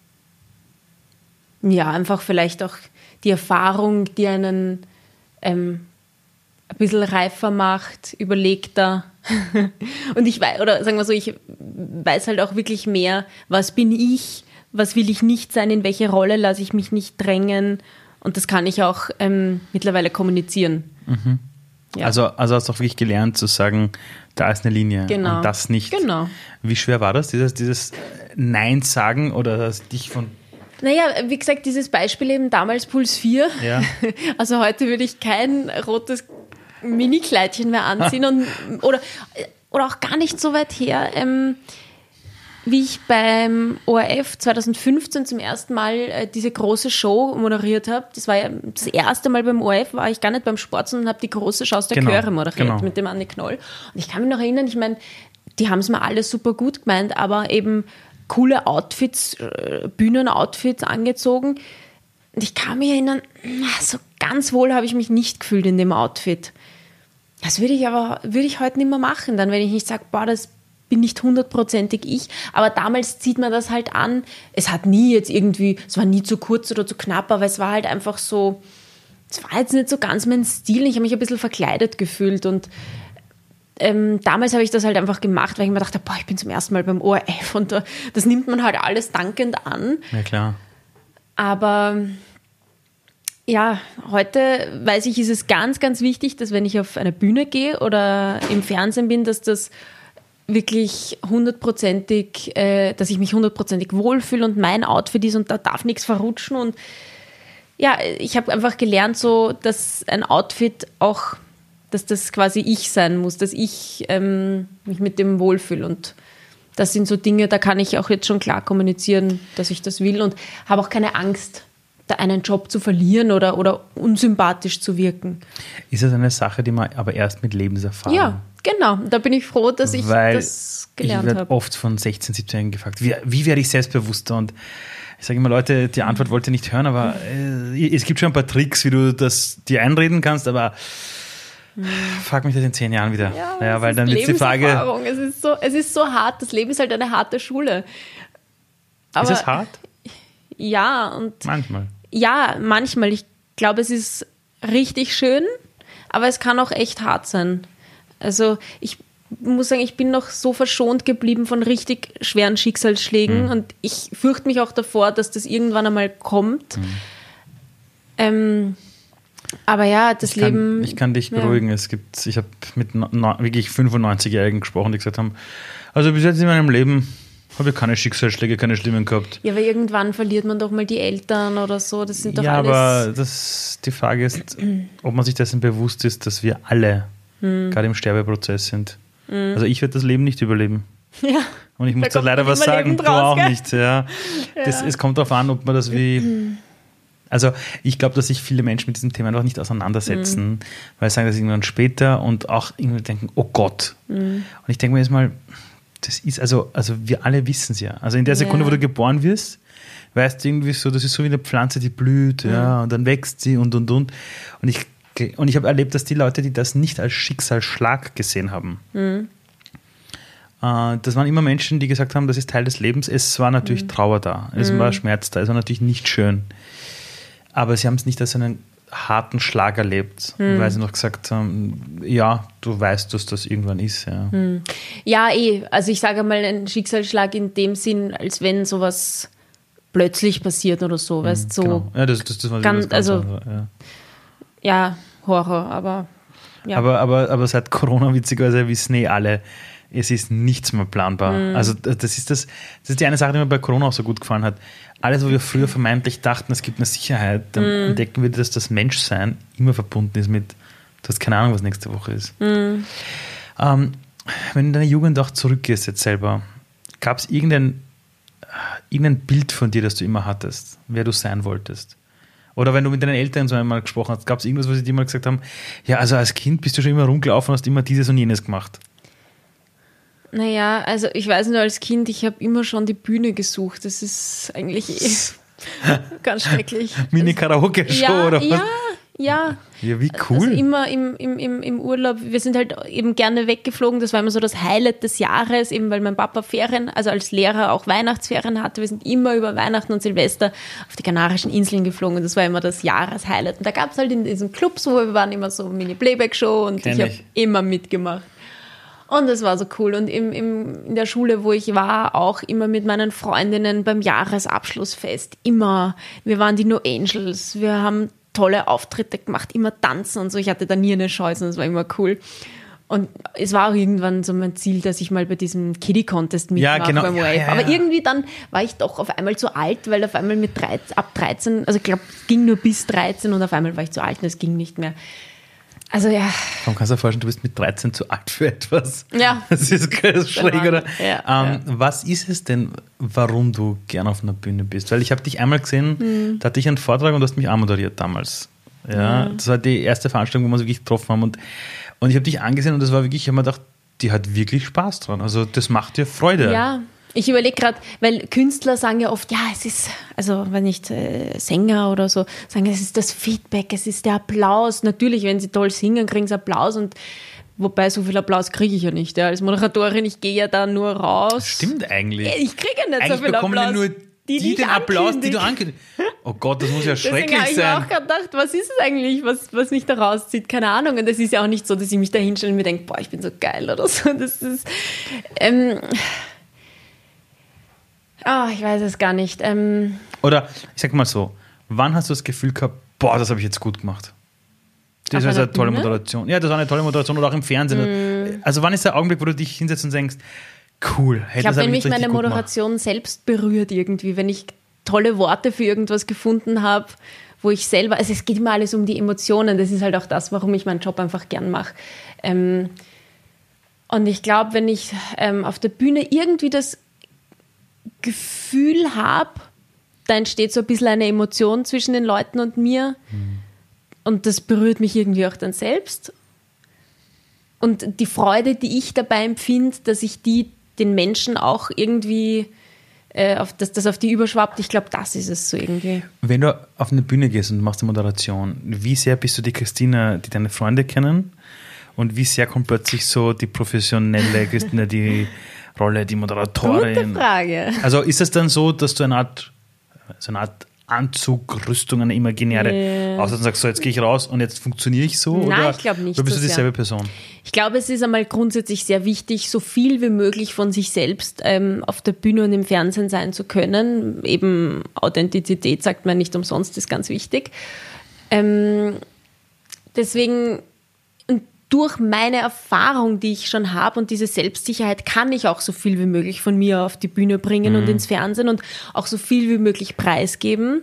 ja, einfach vielleicht auch die Erfahrung, die einen ähm, ein bisschen reifer macht, überlegter. Und ich weiß, oder sagen wir so, ich weiß halt auch wirklich mehr, was bin ich, was will ich nicht sein, in welche Rolle lasse ich mich nicht drängen. Und das kann ich auch ähm, mittlerweile kommunizieren. Mhm. Ja. Also, also hast du auch wirklich gelernt zu sagen, da ist eine Linie genau. und das nicht. Genau. Wie schwer war das, dieses, dieses Nein sagen oder das dich von... Naja, wie gesagt, dieses Beispiel eben damals Puls vier. Ja. Also heute würde ich kein rotes Mini-Kleidchen mehr anziehen und, oder, oder auch gar nicht so weit her. Ähm, wie ich beim O R F zwanzig fünfzehn zum ersten Mal äh, diese große Show moderiert habe, das war ja das erste Mal beim O R F, war ich gar nicht beim Sport, sondern habe die große Show aus der genau, Chöre moderiert genau. mit dem Anne Knoll. Und ich kann mich noch erinnern, ich meine, die haben es mir alle super gut gemeint, aber eben coole Outfits, Bühnenoutfits angezogen. Und ich kann mich erinnern, so ganz wohl habe ich mich nicht gefühlt in dem Outfit. Das würde ich aber würde ich heute nicht mehr machen, dann, wenn ich nicht sage, boah, das bin nicht hundertprozentig ich. Aber damals zieht man das halt an. Es hat nie jetzt irgendwie, es war nie zu kurz oder zu knapp, aber es war halt einfach so, es war jetzt nicht so ganz mein Stil. Ich habe mich ein bisschen verkleidet gefühlt und Ähm, damals habe ich das halt einfach gemacht, weil ich mir dachte, boah, ich bin zum ersten Mal beim O R F und uh, das nimmt man halt alles dankend an. Ja, klar. Aber ja, heute weiß ich, ist es ganz, ganz wichtig, dass wenn ich auf eine Bühne gehe oder im Fernsehen bin, dass das wirklich hundertprozentig, äh, dass ich mich hundertprozentig wohlfühle und mein Outfit ist und da darf nichts verrutschen. Und ja, ich habe einfach gelernt, so, dass ein Outfit auch, dass das quasi ich sein muss, dass ich ähm, mich mit dem wohlfühle. Und das sind so Dinge, da kann ich auch jetzt schon klar kommunizieren, dass ich das will und habe auch keine Angst, da einen Job zu verlieren oder, oder unsympathisch zu wirken. Ist das eine Sache, die man aber erst mit Lebenserfahrung... Ja, genau. Da bin ich froh, dass ich Weil das gelernt habe. Ich werde oft von sechzehn-, siebzehnjährigen gefragt, wie, wie werde ich selbstbewusster? Und ich sage immer, Leute, die Antwort wollt ihr nicht hören, aber äh, es gibt schon ein paar Tricks, wie du das dir einreden kannst, aber frag mich das in zehn Jahren wieder. Ja, naja, weil dann wird die Frage... Es ist, so, es ist so hart, das Leben ist halt eine harte Schule. Aber, ist es hart? Ja. Und manchmal. Ja, manchmal. Ich glaube, es ist richtig schön, aber es kann auch echt hart sein. Also ich muss sagen, ich bin noch so verschont geblieben von richtig schweren Schicksalsschlägen mhm. und ich fürchte mich auch davor, dass das irgendwann einmal kommt. Mhm. Ähm, aber ja, das ich kann, Leben... Ich kann dich beruhigen. Ja. Es gibt, ich habe mit no, wirklich fünfundneunzigjährigen gesprochen, die gesagt haben, also bis jetzt in meinem Leben habe ich keine Schicksalsschläge, keine schlimmen gehabt. Ja, aber irgendwann verliert man doch mal die Eltern oder so. Das sind doch ja, alles... aber das, die Frage ist, ob man sich dessen bewusst ist, dass wir alle hm. gerade im Sterbeprozess sind. Hm. Also ich werde das Leben nicht überleben. Ja. Und ich muss da leider was sagen, du auch gell? Nicht. Ja. Ja. Das, es kommt darauf an, ob man das wie... Also ich glaube, dass sich viele Menschen mit diesem Thema noch nicht auseinandersetzen, mhm. weil sie sagen das irgendwann später und auch irgendwie denken, oh Gott. Mhm. Und ich denke mir jetzt mal, das ist also, also wir alle wissen es ja. Also in der Sekunde, ja. wo du geboren wirst, weißt du irgendwie so, das ist so wie eine Pflanze, die blüht, mhm. ja, und dann wächst sie und und und. Und ich, und ich habe erlebt, dass die Leute, die das nicht als Schicksalsschlag gesehen haben, mhm. äh, das waren immer Menschen, die gesagt haben, das ist Teil des Lebens. Es war natürlich mhm. Trauer da, es mhm. war Schmerz da, es war natürlich nicht schön. Aber sie haben es nicht als einen harten Schlag erlebt, hm. weil sie noch gesagt haben, ja, du weißt, dass das irgendwann ist. Ja, hm. ja eh. Also ich sage mal, ein Schicksalsschlag in dem Sinn, als wenn sowas plötzlich passiert oder so. Hm, weißt, so genau. Ja, das, das, das war ganz, das ganz also, andere, ja. ja, Horror, aber ja. Aber, aber, aber seit Corona, witzigerweise, wissen eh alle, es ist nichts mehr planbar. Mhm. Also das ist das, das ist die eine Sache, die mir bei Corona auch so gut gefallen hat. Alles, wo wir früher vermeintlich dachten, es gibt eine Sicherheit, dann mhm. entdecken wir, dass das Menschsein immer verbunden ist mit, du hast keine Ahnung, was nächste Woche ist. Mhm. Ähm, wenn du in deine Jugend auch zurückgehst jetzt selber, gab es irgendein, irgendein Bild von dir, das du immer hattest, wer du sein wolltest? Oder wenn du mit deinen Eltern so einmal gesprochen hast, gab es irgendwas, was sie dir mal gesagt haben, ja, also als Kind bist du schon immer rumgelaufen und hast immer dieses und jenes gemacht? Naja, also ich weiß nur, als Kind, ich habe immer schon die Bühne gesucht. Das ist eigentlich eh ganz schrecklich. Mini-Karaoke-Show ja, oder was? Ja, ja. Ja, wie cool. Also immer im, im, im, im Urlaub. Wir sind halt eben gerne weggeflogen. Das war immer so das Highlight des Jahres, eben weil mein Papa Ferien, also als Lehrer auch Weihnachtsferien hatte. Wir sind immer über Weihnachten und Silvester auf die Kanarischen Inseln geflogen. Und das war immer das Jahreshighlight. Und da gab es halt in diesen Clubs, wo wir waren, immer so Mini-Playback-Show und Kenn ich habe immer mitgemacht. Und das war so cool. Und im, im, in der Schule, wo ich war, auch immer mit meinen Freundinnen beim Jahresabschlussfest. Immer. Wir waren die No Angels. Wir haben tolle Auftritte gemacht, immer tanzen und so. Ich hatte da nie eine Chance und das war immer cool. Und es war auch irgendwann so mein Ziel, dass ich mal bei diesem Kiddie-Contest mitmache ja, genau. beim Wave. Ja, ja, ja. Aber irgendwie dann war ich doch auf einmal zu alt, weil auf einmal mit dreizehn, ab dreizehn, also ich glaube, es ging nur bis dreizehn und auf einmal war ich zu alt und es ging nicht mehr. Also ja. Warum kannst du dir vorstellen, du bist mit dreizehn zu alt für etwas? Ja. Das ist ganz schräg, oder? Ja, ähm, ja. Was ist es denn, warum du gerne auf einer Bühne bist? Weil ich habe dich einmal gesehen, mhm. da hatte ich einen Vortrag und du hast mich anmoderiert damals. Ja, mhm. Das war die erste Veranstaltung, wo wir uns wirklich getroffen haben. Und, und ich habe dich angesehen und das war wirklich, ich habe mir gedacht, die hat wirklich Spaß dran. Also das macht dir Freude. Ja. Ich überlege gerade, weil Künstler sagen ja oft, ja, es ist, also wenn nicht äh, Sänger oder so, sagen, es ist das Feedback, es ist der Applaus. Natürlich, wenn sie toll singen, kriegen sie Applaus und wobei so viel Applaus kriege ich ja nicht. Ja. Als Moderatorin, ich gehe ja da nur raus. Das stimmt eigentlich. Ich kriege ja nicht eigentlich so viel Applaus. Ja nur die, die den Applaus, die du ankündigst. Oh Gott, das muss ja schrecklich sein. Ich habe mir auch gerade gedacht, was ist es eigentlich, was, was mich da rauszieht? Keine Ahnung. Und das ist ja auch nicht so, dass ich mich da hinstelle und mir denke, boah, ich bin so geil oder so. Das ist, ähm, oh, ich weiß es gar nicht. Ähm, oder ich sag mal so, wann hast du das Gefühl gehabt, boah, das habe ich jetzt gut gemacht? Das war eine tolle Moderation. Ja, das war eine tolle Moderation oder auch im Fernsehen. Mm. Also wann ist der Augenblick, wo du dich hinsetzt und denkst, cool, hey, ich glaube, wenn mich meine Moderation gemacht. selbst berührt irgendwie, wenn ich tolle Worte für irgendwas gefunden habe, wo ich selber, also es geht immer alles um die Emotionen, das ist halt auch das, warum ich meinen Job einfach gern mache. Ähm, und ich glaube, wenn ich ähm, auf der Bühne irgendwie das Gefühl habe, da entsteht so ein bisschen eine Emotion zwischen den Leuten und mir mhm. und das berührt mich irgendwie auch dann selbst. Und die Freude, die ich dabei empfinde, dass ich die den Menschen auch irgendwie, äh, auf, dass das auf die überschwappt, ich glaube, das ist es so irgendwie. Wenn du auf eine Bühne gehst und machst eine Moderation, wie sehr bist du die Christina, die deine Freunde kennen und wie sehr kommt plötzlich so die professionelle Christina, die Rolle, die Moderatorin? Gute Frage. Also ist es dann so, dass du eine Art, so eine Art Anzug, Rüstung, eine imaginäre yeah. aus und sagst, so jetzt gehe ich raus und jetzt funktioniere ich so? Nein, oder, ich glaube nicht. Oder bist du dieselbe ja. Person? Ich glaube, es ist einmal grundsätzlich sehr wichtig, so viel wie möglich von sich selbst ähm, auf der Bühne und im Fernsehen sein zu können. Eben Authentizität, sagt man nicht umsonst, ist ganz wichtig. Ähm, deswegen durch meine Erfahrung, die ich schon habe und diese Selbstsicherheit, kann ich auch so viel wie möglich von mir auf die Bühne bringen mhm. und ins Fernsehen und auch so viel wie möglich preisgeben.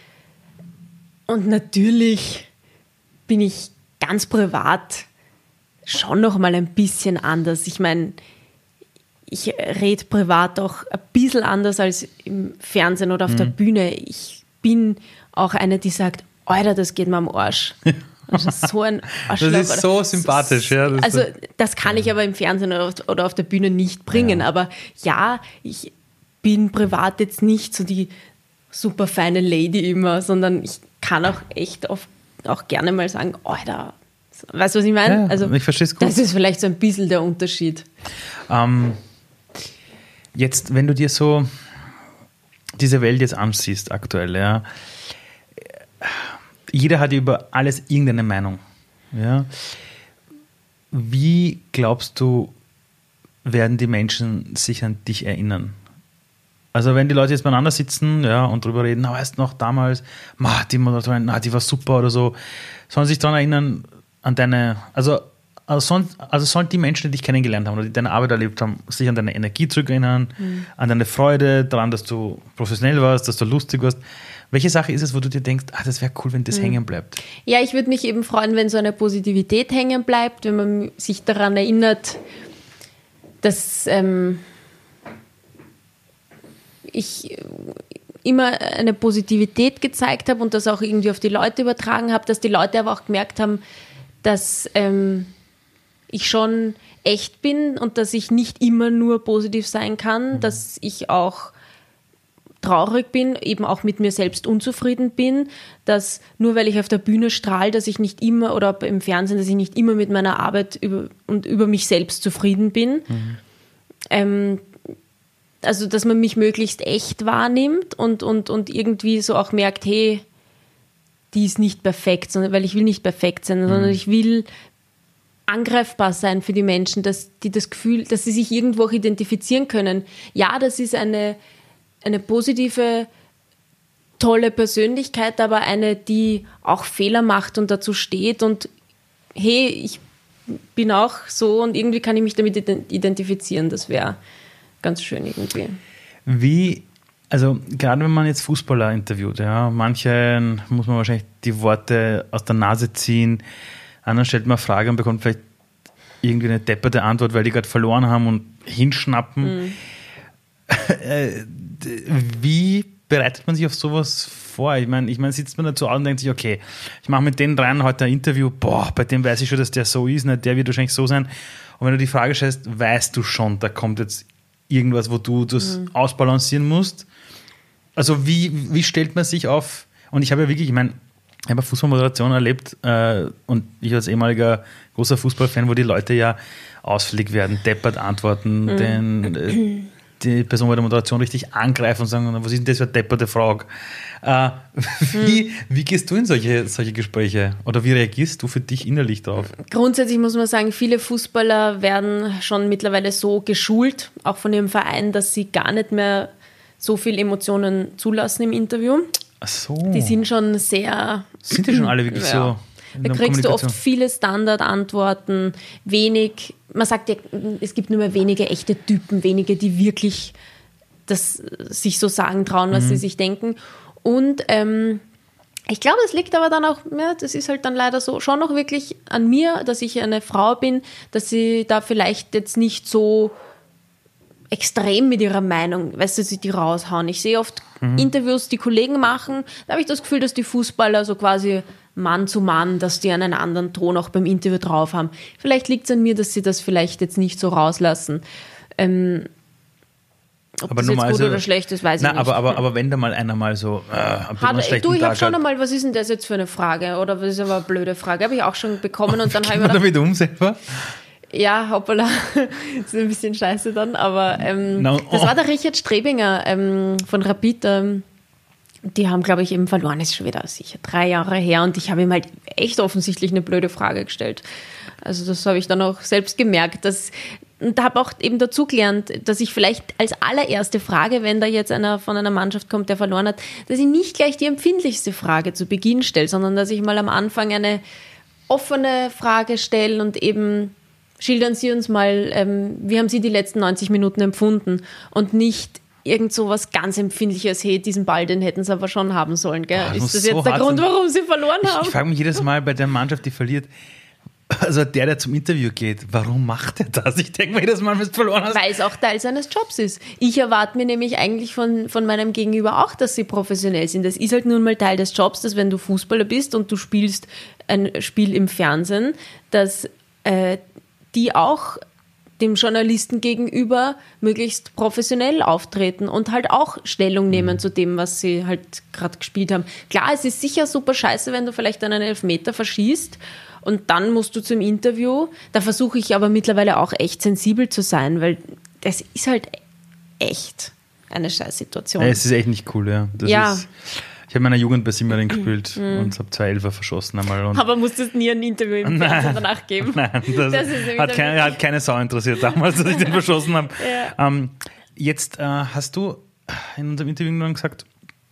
Und natürlich bin ich ganz privat schon noch mal ein bisschen anders. Ich meine, ich rede privat auch ein bisschen anders als im Fernsehen oder auf mhm. der Bühne. Ich bin auch eine, die sagt, Alter, das geht mir am Arsch. Also so ein Arschloch. Das ist so sympathisch. Ja, das also das kann ich aber im Fernsehen oder auf, oder auf der Bühne nicht bringen. Ja. Aber ja, ich bin privat jetzt nicht so die super feine Lady immer, sondern ich kann auch echt oft auch gerne mal sagen, Alter, weißt du, was ich meine? Ja, also, ich verstehe es gut. Das ist vielleicht so ein bisschen der Unterschied. Ähm, jetzt, wenn du dir so diese Welt jetzt ansiehst aktuell, ja, jeder hat ja über alles irgendeine Meinung. Ja. Wie glaubst du, werden die Menschen sich an dich erinnern? Also wenn die Leute jetzt beieinander sitzen, ja, und drüber reden, na, weißt du noch, damals, ma, die Moderatorin, na, die war super oder so, sollen sich daran erinnern, an deine, also, also, sollen, also sollen die Menschen, die dich kennengelernt haben oder die deine Arbeit erlebt haben, sich an deine Energie zurückerinnern, mhm. an deine Freude, daran, dass du professionell warst, dass du lustig warst. Welche Sache ist es, wo du dir denkst, ah, das wäre cool, wenn das mhm. hängen bleibt? Ja, ich würde mich eben freuen, wenn so eine Positivität hängen bleibt, wenn man sich daran erinnert, dass ähm, ich immer eine Positivität gezeigt habe und das auch irgendwie auf die Leute übertragen habe, dass die Leute aber auch gemerkt haben, dass ähm, ich schon echt bin und dass ich nicht immer nur positiv sein kann, mhm. dass ich auch traurig bin, eben auch mit mir selbst unzufrieden bin, dass nur weil ich auf der Bühne strahle, dass ich nicht immer, oder im Fernsehen, dass ich nicht immer mit meiner Arbeit über, und über mich selbst zufrieden bin. Mhm. Ähm, also, dass man mich möglichst echt wahrnimmt und, und, und irgendwie so auch merkt, hey, die ist nicht perfekt, sondern, weil ich will nicht perfekt sein, mhm. sondern ich will angreifbar sein für die Menschen, dass die das Gefühl, dass sie sich irgendwo auch identifizieren können. Ja, das ist eine eine positive, tolle Persönlichkeit, aber eine, die auch Fehler macht und dazu steht und hey, ich bin auch so und irgendwie kann ich mich damit identifizieren. Das wäre ganz schön irgendwie. Wie, also gerade wenn man jetzt Fußballer interviewt, ja, manchen muss man wahrscheinlich die Worte aus der Nase ziehen, anderen stellt man eine Frage und bekommt vielleicht irgendwie eine depperte Antwort, weil die gerade verloren haben und hinschnappen. Mhm. Wie bereitet man sich auf sowas vor? Ich meine, ich meine, sitzt man dazu und denkt sich, okay, ich mache mit den dreien heute ein Interview, boah, bei dem weiß ich schon, dass der so ist, nicht? Der wird wahrscheinlich so sein. Und wenn du die Frage stellst, weißt du schon, da kommt jetzt irgendwas, wo du das mhm. ausbalancieren musst. Also wie, wie stellt man sich auf? Und ich habe ja wirklich, ich meine, ich habe eine Fußballmoderation erlebt äh, und ich als ehemaliger großer Fußballfan, wo die Leute ja ausfällig werden, deppert antworten, mhm. den äh, die Person bei der Moderation richtig angreifen und sagen, was ist denn das für eine depperte Frage? Äh, wie, hm. wie gehst du in solche, solche Gespräche? Oder wie reagierst du für dich innerlich darauf? Grundsätzlich muss man sagen, viele Fußballer werden schon mittlerweile so geschult, auch von ihrem Verein, dass sie gar nicht mehr so viel Emotionen zulassen im Interview. Ach so. Die sind schon sehr... Sind die schon alle wirklich ja. so? Da kriegst du oft viele Standardantworten, wenig, man sagt ja, es gibt nur mehr wenige echte Typen, wenige, die wirklich das sich so sagen trauen, was mhm. sie sich denken. Und ähm, ich glaube, es liegt aber dann auch, ja, das ist halt dann leider so, schon noch wirklich an mir, dass ich eine Frau bin, dass sie da vielleicht jetzt nicht so extrem mit ihrer Meinung, weißt du, sie die raushauen. Ich sehe oft mhm. Interviews, die Kollegen machen, da habe ich das Gefühl, dass die Fußballer so quasi Mann zu Mann, dass die einen anderen Ton auch beim Interview drauf haben. Vielleicht liegt es an mir, dass sie das vielleicht jetzt nicht so rauslassen. Ähm, ob aber das jetzt gut also, oder schlecht ist, weiß nein, ich nicht. Aber, aber, aber wenn da mal einer mal so äh, ein Hat, einen schlechten du, ich Tag habe schon hat. einmal, was ist denn das jetzt für eine Frage? Oder was ist aber eine blöde Frage? Habe ich auch schon bekommen. Und dann habe ich mir gedacht, damit um selber? Ja, hoppala, das ist ein bisschen scheiße dann, aber ähm, no, oh. das war der Richard Strebinger ähm, von Rapid. Ähm, die haben, glaube ich, eben verloren, ist schon wieder sicher drei Jahre her und ich habe ihm halt echt offensichtlich eine blöde Frage gestellt. Also das habe ich dann auch selbst gemerkt, dass, und habe auch eben dazu gelernt, dass ich vielleicht als allererste Frage, wenn da jetzt einer von einer Mannschaft kommt, der verloren hat, dass ich nicht gleich die empfindlichste Frage zu Beginn stelle, sondern dass ich mal am Anfang eine offene Frage stelle und eben schildern Sie uns mal, ähm, wie haben Sie die letzten neunzig Minuten empfunden und nicht irgend so was ganz Empfindliches, hey, diesen Ball, den hätten sie aber schon haben sollen, gell? Boah, das ist das jetzt so der Grund, warum sie verloren ich, haben? Ich frage mich jedes Mal bei der Mannschaft, die verliert, also der, der zum Interview geht, warum macht er das? Ich denke mir jedes Mal, wenn du verloren hast. Weil es auch Teil seines Jobs ist. Ich erwarte mir nämlich eigentlich von, von meinem Gegenüber auch, dass sie professionell sind. Das ist halt nun mal Teil des Jobs, dass wenn du Fußballer bist und du spielst ein Spiel im Fernsehen, dass äh, die auch dem Journalisten gegenüber möglichst professionell auftreten und halt auch Stellung nehmen mhm. zu dem, was sie halt gerade gespielt haben. Klar, es ist sicher super scheiße, wenn du vielleicht einen Elfmeter verschießt und dann musst du zum Interview. Da versuche ich aber mittlerweile auch echt sensibel zu sein, weil das ist halt echt eine Scheißsituation. Ja, es ist echt nicht cool, ja. Das ja. Ist, Ich habe in meiner Jugend bei Simmering gespielt und habe zwei Elfer verschossen einmal. Und aber musstest nie ein Interview im Fernsehen danach geben. Nein, das, das hat, keine, hat keine Sau interessiert damals, dass ich den verschossen habe. Ja. Ähm, jetzt äh, hast du in unserem Interview dann gesagt,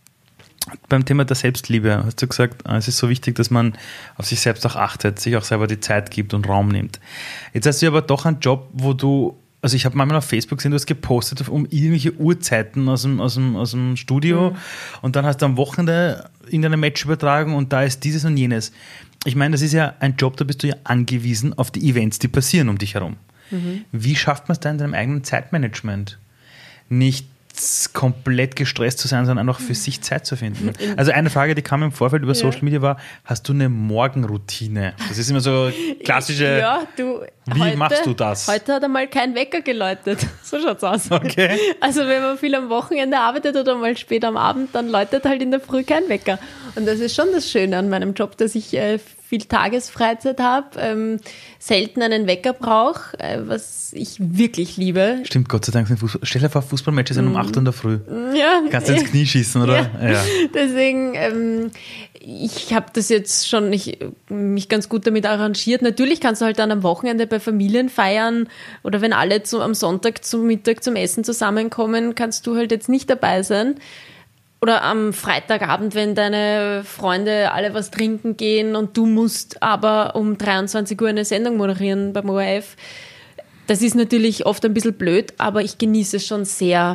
beim Thema der Selbstliebe hast du gesagt, es ist so wichtig, dass man auf sich selbst auch achtet, sich auch selber die Zeit gibt und Raum nimmt. Jetzt hast du aber doch einen Job, wo du, also ich habe manchmal auf Facebook gesehen, du hast gepostet um irgendwelche Uhrzeiten aus dem, aus dem, aus dem Studio mhm. und dann hast du am Wochenende irgendeine Match übertragen und da ist dieses und jenes. Ich meine, das ist ja ein Job, da bist du ja angewiesen auf die Events, die passieren um dich herum. Mhm. Wie schafft man es da in deinem eigenen Zeitmanagement? Nicht komplett gestresst zu sein, sondern einfach für sich Zeit zu finden. Also eine Frage, die kam im Vorfeld über ja. Social Media war, hast du eine Morgenroutine? Das ist immer so klassische, ja, du, wie heute, machst du das? Heute hat einmal kein Wecker geläutet. So schaut's aus. Okay. Also wenn man viel am Wochenende arbeitet oder mal spät am Abend, dann läutet halt in der Früh kein Wecker. Und das ist schon das Schöne an meinem Job, dass ich äh, viel Tagesfreizeit habe, ähm, selten einen Wecker brauche, äh, was ich wirklich liebe. Stimmt, Gott sei Dank sind Fußball. Stell dir vor, Fußballmatches sind mm. um acht Uhr in der Früh. Ja. Kannst du ins Knie schießen, oder? Ja. Ja. Deswegen, ähm, ich habe das jetzt schon ich, mich ganz gut damit arrangiert. Natürlich kannst du halt dann am Wochenende bei Familien feiern oder wenn alle zu, am Sonntag zum Mittag zum Essen zusammenkommen, kannst du halt jetzt nicht dabei sein. Oder am Freitagabend, wenn deine Freunde alle was trinken gehen und du musst aber um dreiundzwanzig Uhr eine Sendung moderieren beim O R F. Das ist natürlich oft ein bisschen blöd, aber ich genieße es schon sehr,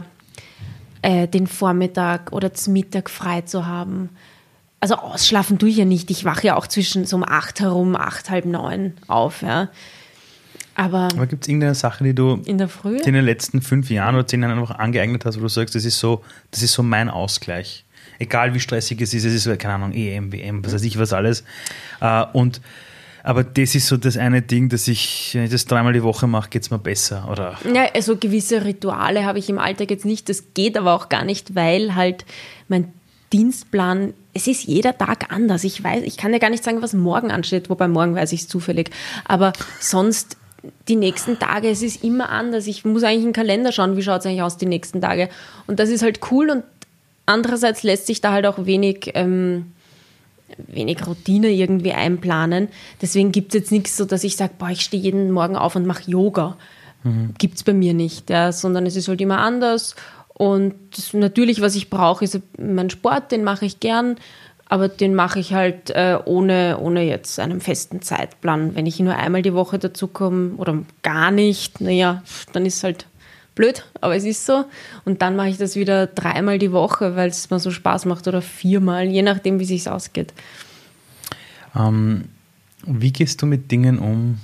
äh, den Vormittag oder zum Mittag frei zu haben. Also ausschlafen tue ich ja nicht. Ich wache ja auch zwischen so um acht herum, acht, halb neun auf, ja. Aber, Aber gibt es irgendeine Sache, die du in der Früh? in den letzten fünf Jahren oder zehn Jahren einfach angeeignet hast, wo du sagst, das ist so, das ist so mein Ausgleich. Egal wie stressig es ist, es ist, keine Ahnung, E M, W M, was weiß ich, was alles. Und, aber das ist so das eine Ding, dass ich, wenn ich das dreimal die Woche mache, geht es mir besser. Oder? Ja, also gewisse Rituale habe ich im Alltag jetzt nicht. Das geht aber auch gar nicht, weil halt mein Dienstplan, es ist jeder Tag anders. Ich weiß, ich kann ja gar nicht sagen, was morgen ansteht, wobei morgen weiß ich es zufällig. Aber sonst die nächsten Tage, es ist immer anders. Ich muss eigentlich in den Kalender schauen, wie schaut es eigentlich aus die nächsten Tage. Und das ist halt cool und andererseits lässt sich da halt auch wenig, ähm, wenig Routine irgendwie einplanen. Deswegen gibt es jetzt nichts so, dass ich sage, boah, ich stehe jeden Morgen auf und mache Yoga. Mhm. Gibt es bei mir nicht, ja, sondern es ist halt immer anders. Und das, natürlich, was ich brauche, ist mein Sport, den mache ich gern. Aber den mache ich halt äh, ohne, ohne jetzt einen festen Zeitplan. Wenn ich nur einmal die Woche dazu komme oder gar nicht, naja, dann ist es halt blöd, aber es ist so. Und dann mache ich das wieder dreimal die Woche, weil es mir so Spaß macht oder viermal, je nachdem, wie es sich ausgeht. Ähm, wie gehst du mit Dingen um?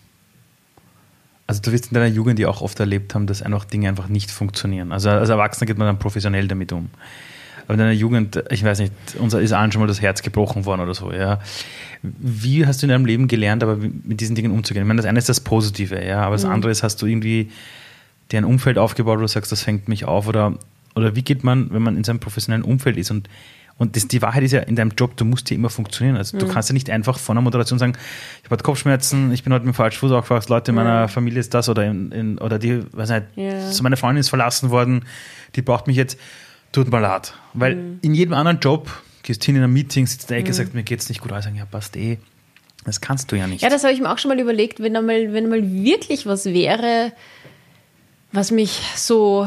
Also du wirst in deiner Jugend ja auch oft erlebt haben, dass einfach Dinge einfach nicht funktionieren. Also als Erwachsener geht man dann professionell damit um. Aber in deiner Jugend, ich weiß nicht, uns ist allen schon mal das Herz gebrochen worden oder so, ja. Wie hast du in deinem Leben gelernt, aber mit diesen Dingen umzugehen? Ich meine, das eine ist das Positive, ja, aber das mhm. andere ist, hast du irgendwie dir ein Umfeld aufgebaut, wo du sagst, das fängt mich auf, oder, oder wie geht man, wenn man in seinem professionellen Umfeld ist? Und, und das, die Wahrheit ist ja, in deinem Job, du musst ja immer funktionieren. Also mhm. du kannst ja nicht einfach vor einer Moderation sagen, ich habe Kopfschmerzen, ich bin heute mit dem falschen Fuß aufgewacht, Leute in meiner mhm. Familie ist das, oder, in, in, oder die, weiß nicht, ja. so meine Freundin ist verlassen worden, die braucht mich jetzt. Tut mir leid. Weil mhm. in jedem anderen Job gehst du hin in einem Meeting, sitzt in der Ecke, mhm. sagt, mir geht's nicht gut, und sagen, ja, passt eh. Das kannst du ja nicht. Ja, das habe ich mir auch schon mal überlegt, wenn einmal, wenn einmal wirklich was wäre, was mich so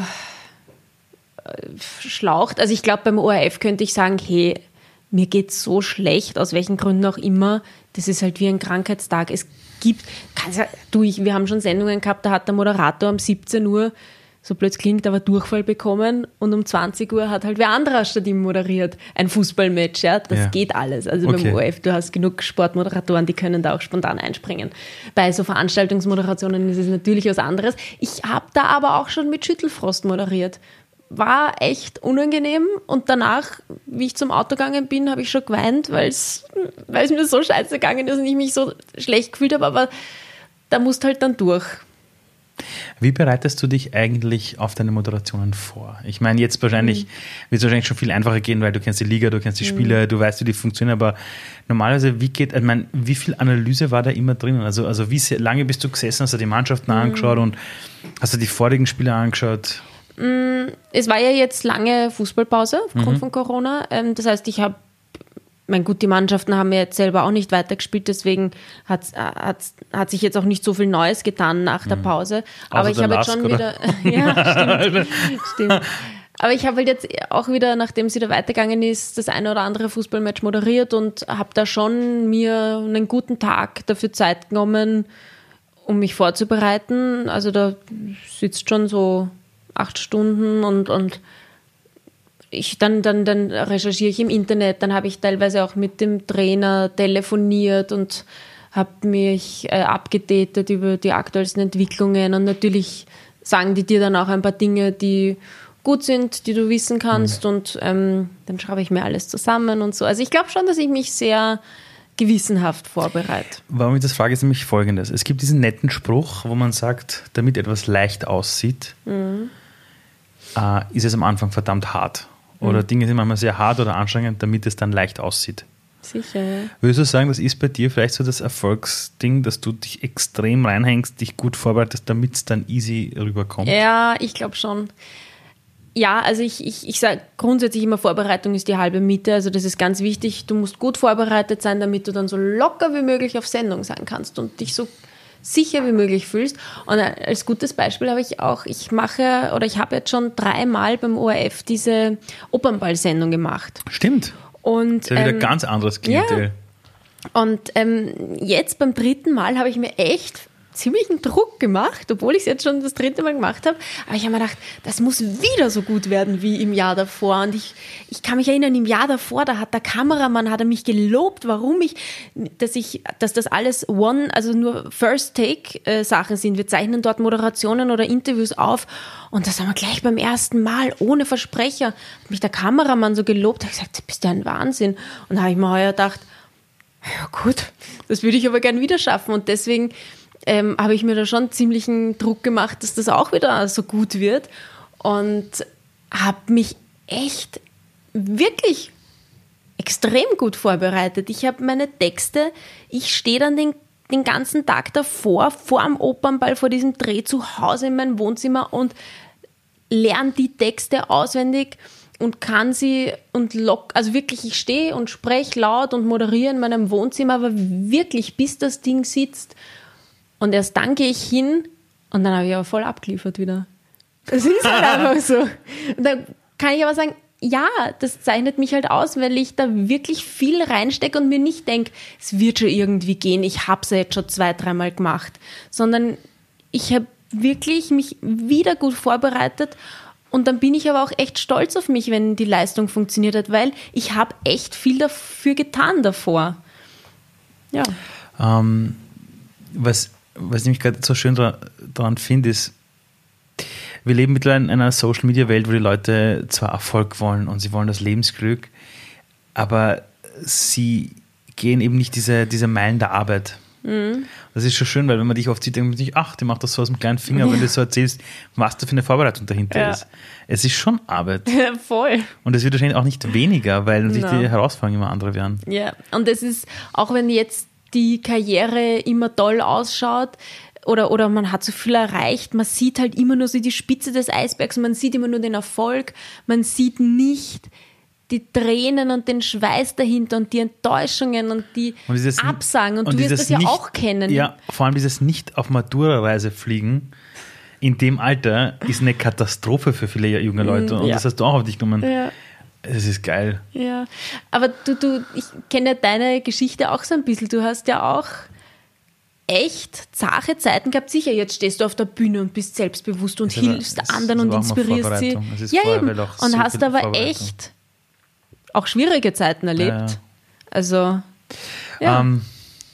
schlaucht. Also ich glaube, beim O R F könnte ich sagen, hey, mir geht's so schlecht, aus welchen Gründen auch immer, das ist halt wie ein Krankheitstag. Es gibt, kannst ja, du, ich, wir haben schon Sendungen gehabt, da hat der Moderator um siebzehn Uhr, so blöd klingt, aber Durchfall bekommen und um zwanzig Uhr hat halt wer anderer statt ihm moderiert. Ein Fußballmatch, ja, das ja. geht alles. Also okay. beim O R F, du hast genug Sportmoderatoren, die können da auch spontan einspringen. Bei so Veranstaltungsmoderationen ist es natürlich was anderes. Ich habe da aber auch schon mit Schüttelfrost moderiert. War echt unangenehm und danach, wie ich zum Auto gegangen bin, habe ich schon geweint, weil es mir so scheiße gegangen ist und ich mich so schlecht gefühlt habe, aber da musst halt dann durch. Wie bereitest du dich eigentlich auf deine Moderationen vor? Ich meine, jetzt wahrscheinlich mhm. wird es wahrscheinlich schon viel einfacher gehen, weil du kennst die Liga, du kennst die Spieler, mhm. du weißt, wie die funktionieren, aber normalerweise, wie geht, ich meine, wie viel Analyse war da immer drin? Also, also wie sehr, lange bist du gesessen, hast du die Mannschaften mhm. angeschaut und hast du die vorigen Spiele angeschaut? Es war ja jetzt lange Fußballpause aufgrund mhm. von Corona. Das heißt, ich habe, mein gut, die Mannschaften haben ja jetzt selber auch nicht weitergespielt, deswegen hat, hat, hat sich jetzt auch nicht so viel Neues getan nach der Pause. Mhm. Aber also ich habe jetzt schon oder? wieder... ja, stimmt. stimmt. Aber ich habe halt jetzt auch wieder, nachdem es wieder weitergegangen ist, das eine oder andere Fußballmatch moderiert und habe da schon mir einen guten Tag dafür Zeit genommen, um mich vorzubereiten. Also da sitzt schon so acht Stunden und, und ich dann, dann, dann recherchiere ich im Internet, dann habe ich teilweise auch mit dem Trainer telefoniert und habe mich äh, abgedatet über die aktuellsten Entwicklungen und natürlich sagen die dir dann auch ein paar Dinge, die gut sind, die du wissen kannst mhm. und ähm, dann schreibe ich mir alles zusammen und so. Also ich glaube schon, dass ich mich sehr gewissenhaft vorbereite. Warum ich das frage, ist nämlich Folgendes. Es gibt diesen netten Spruch, wo man sagt, damit etwas leicht aussieht, mhm. äh, ist es am Anfang verdammt hart. Oder mhm. Dinge sind manchmal sehr hart oder anstrengend, damit es dann leicht aussieht. Sicher, ja. Würdest du sagen, das ist bei dir vielleicht so das Erfolgsding, dass du dich extrem reinhängst, dich gut vorbereitest, damit es dann easy rüberkommt? Ja, ich glaube schon. Ja, also ich, ich, ich sage grundsätzlich immer, Vorbereitung ist die halbe Miete. Also das ist ganz wichtig. Du musst gut vorbereitet sein, damit du dann so locker wie möglich auf Sendung sein kannst und dich so sicher wie möglich fühlst. Und als gutes Beispiel habe ich auch, ich mache oder ich habe jetzt schon dreimal beim O R F diese Opernball-Sendung gemacht. Stimmt. Und, das ist ja wieder ähm, ganz anderes Klientel. Ja. Und ähm, jetzt beim dritten Mal habe ich mir echt ziemlichen Druck gemacht, obwohl ich es jetzt schon das dritte Mal gemacht habe. Aber ich habe mir gedacht, das muss wieder so gut werden wie im Jahr davor. Und ich, ich kann mich erinnern, im Jahr davor, da hat der Kameramann, hat er mich gelobt, warum ich, dass ich, dass das alles One, also nur First-Take-Sachen sind. Wir zeichnen dort Moderationen oder Interviews auf. Und das haben wir gleich beim ersten Mal, ohne Versprecher, hat mich der Kameramann so gelobt. Er hat gesagt, du bist ja ein Wahnsinn. Und da habe ich mir heuer gedacht, ja gut, das würde ich aber gern wieder schaffen. Und deswegen Ähm, habe ich mir da schon ziemlichen Druck gemacht, dass das auch wieder so gut wird und habe mich echt wirklich extrem gut vorbereitet. Ich habe meine Texte, ich stehe dann den, den ganzen Tag davor, vor dem Opernball, vor diesem Dreh zu Hause in meinem Wohnzimmer und lerne die Texte auswendig und kann sie und lock, also wirklich, ich stehe und spreche laut und moderiere in meinem Wohnzimmer, aber wirklich, bis das Ding sitzt. Und erst dann gehe ich hin und dann habe ich aber voll abgeliefert wieder. Das ist halt einfach so. Und dann kann ich aber sagen, ja, das zeichnet mich halt aus, weil ich da wirklich viel reinstecke und mir nicht denke, es wird schon irgendwie gehen, ich habe es ja jetzt schon zwei, dreimal gemacht. Sondern ich habe wirklich mich wieder gut vorbereitet und dann bin ich aber auch echt stolz auf mich, wenn die Leistung funktioniert hat, weil ich habe echt viel dafür getan davor. Ja. Ähm, was Was ich nämlich gerade so schön dra- daran finde, ist, wir leben mittlerweile in einer Social-Media-Welt, wo die Leute zwar Erfolg wollen und sie wollen das Lebensglück, aber sie gehen eben nicht diese, diese Meilen der Arbeit. Mhm. Das ist schon schön, weil wenn man dich oft sieht, denkt man sich, ach, die macht das so aus dem kleinen Finger, ja. Wenn du so erzählst, was da für eine Vorbereitung dahinter ja. ist. Es ist schon Arbeit. Ja, voll. Und es wird wahrscheinlich auch nicht weniger, weil natürlich no. die Herausforderungen immer andere werden. Ja, und es ist, auch wenn jetzt die Karriere immer toll ausschaut oder, oder man hat so viel erreicht, man sieht halt immer nur so die Spitze des Eisbergs, man sieht immer nur den Erfolg, man sieht nicht die Tränen und den Schweiß dahinter und die Enttäuschungen und die und dieses, Absagen und, und du wirst das ja nicht, auch kennen. Ja, vor allem dieses nicht auf Matura-Reise fliegen in dem Alter ist eine Katastrophe für viele junge Leute und ja. das hast du auch auf dich genommen. Ja. Es ist geil. Ja, aber du, du, ich kenne ja deine Geschichte auch so ein bisschen. Du hast ja auch echt zahre Zeiten gehabt. Sicher, jetzt stehst du auf der Bühne und bist selbstbewusst und aber, hilfst anderen und inspirierst sie. Ja, eben. Und hast aber echt auch schwierige Zeiten erlebt. Ja, ja. Also, ja. Ähm,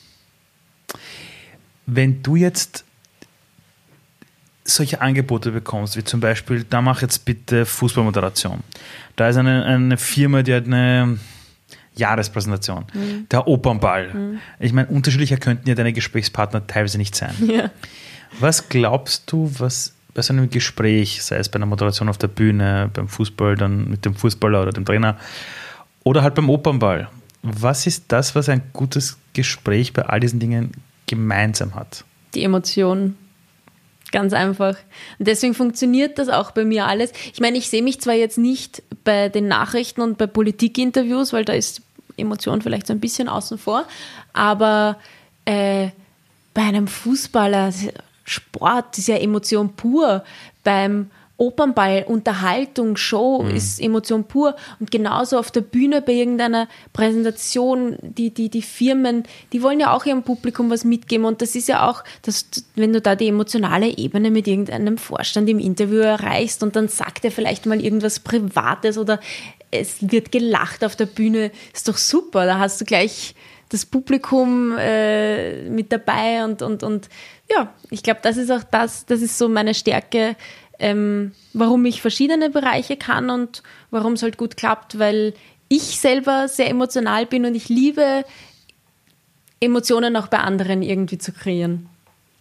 wenn du jetzt solche Angebote bekommst, wie zum Beispiel, da mach jetzt bitte Fußballmoderation. Da ist eine, eine Firma, die hat eine Jahrespräsentation. Mhm. Der Opernball. Mhm. Ich meine, unterschiedlicher könnten ja deine Gesprächspartner teilweise nicht sein. Ja. Was glaubst du, was bei so einem Gespräch, sei es bei einer Moderation auf der Bühne, beim Fußball, dann mit dem Fußballer oder dem Trainer oder halt beim Opernball, was ist das, was ein gutes Gespräch bei all diesen Dingen gemeinsam hat? Die Emotionen. Ganz einfach. Und deswegen funktioniert das auch bei mir alles. Ich meine, ich sehe mich zwar jetzt nicht bei den Nachrichten und bei Politikinterviews, weil da ist Emotion vielleicht so ein bisschen außen vor, aber äh, bei einem Fußballer, Sport ist ja Emotion pur. Beim Opernball, Unterhaltung, Show mhm. ist Emotion pur. Und genauso auf der Bühne bei irgendeiner Präsentation, die, die, die Firmen, die wollen ja auch ihrem Publikum was mitgeben. Und das ist ja auch, dass, wenn du da die emotionale Ebene mit irgendeinem Vorstand im Interview erreichst und dann sagt er vielleicht mal irgendwas Privates oder es wird gelacht auf der Bühne, ist doch super. Da hast du gleich das Publikum äh, mit dabei und, und, und ja, ich glaube, das ist auch das, das ist so meine Stärke, Ähm, warum ich verschiedene Bereiche kann und warum es halt gut klappt, weil ich selber sehr emotional bin und ich liebe, Emotionen auch bei anderen irgendwie zu kreieren.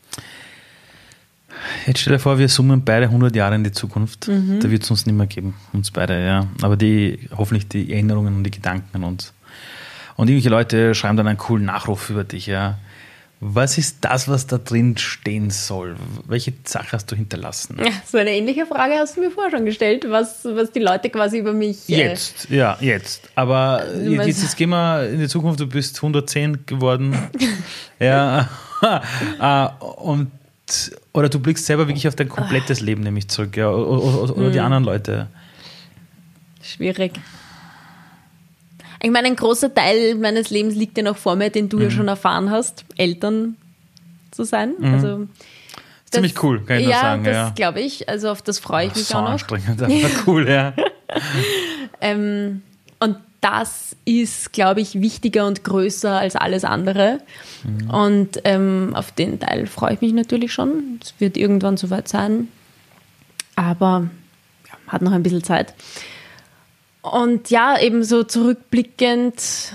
Jetzt stell dir vor, wir summen beide hundert Jahre in die Zukunft. Mhm. Da wird es uns nicht mehr geben, uns beide, ja. Aber die, hoffentlich die Erinnerungen und die Gedanken an uns. Und irgendwelche Leute schreiben dann einen coolen Nachruf über dich, ja. Was ist das, was da drin stehen soll? Welche Sache hast du hinterlassen? Ja, so eine ähnliche Frage hast du mir vorher schon gestellt, was, was die Leute quasi über mich... Äh jetzt, ja, jetzt. Aber äh, jetzt, jetzt gehen wir in die Zukunft, du bist hundertzehn geworden. ja. äh, und, oder du blickst selber wirklich auf dein komplettes Leben nämlich zurück, ja, oder, oder, oder hm. die anderen Leute. Schwierig. Ich meine, ein großer Teil meines Lebens liegt ja noch vor mir, den du mhm. ja schon erfahren hast, Eltern zu sein. Mhm. Also das, ziemlich cool, kann ich ja, nur sagen. Das ja, das glaube ich. Also auf das freue ich mich so auch noch. Anstrengend, aber cool, ja. ähm, und das ist, glaube ich, wichtiger und größer als alles andere. Mhm. Und ähm, auf den Teil freue ich mich natürlich schon. Es wird irgendwann soweit sein. Aber ja, hat noch ein bisschen Zeit. Und ja, eben so zurückblickend,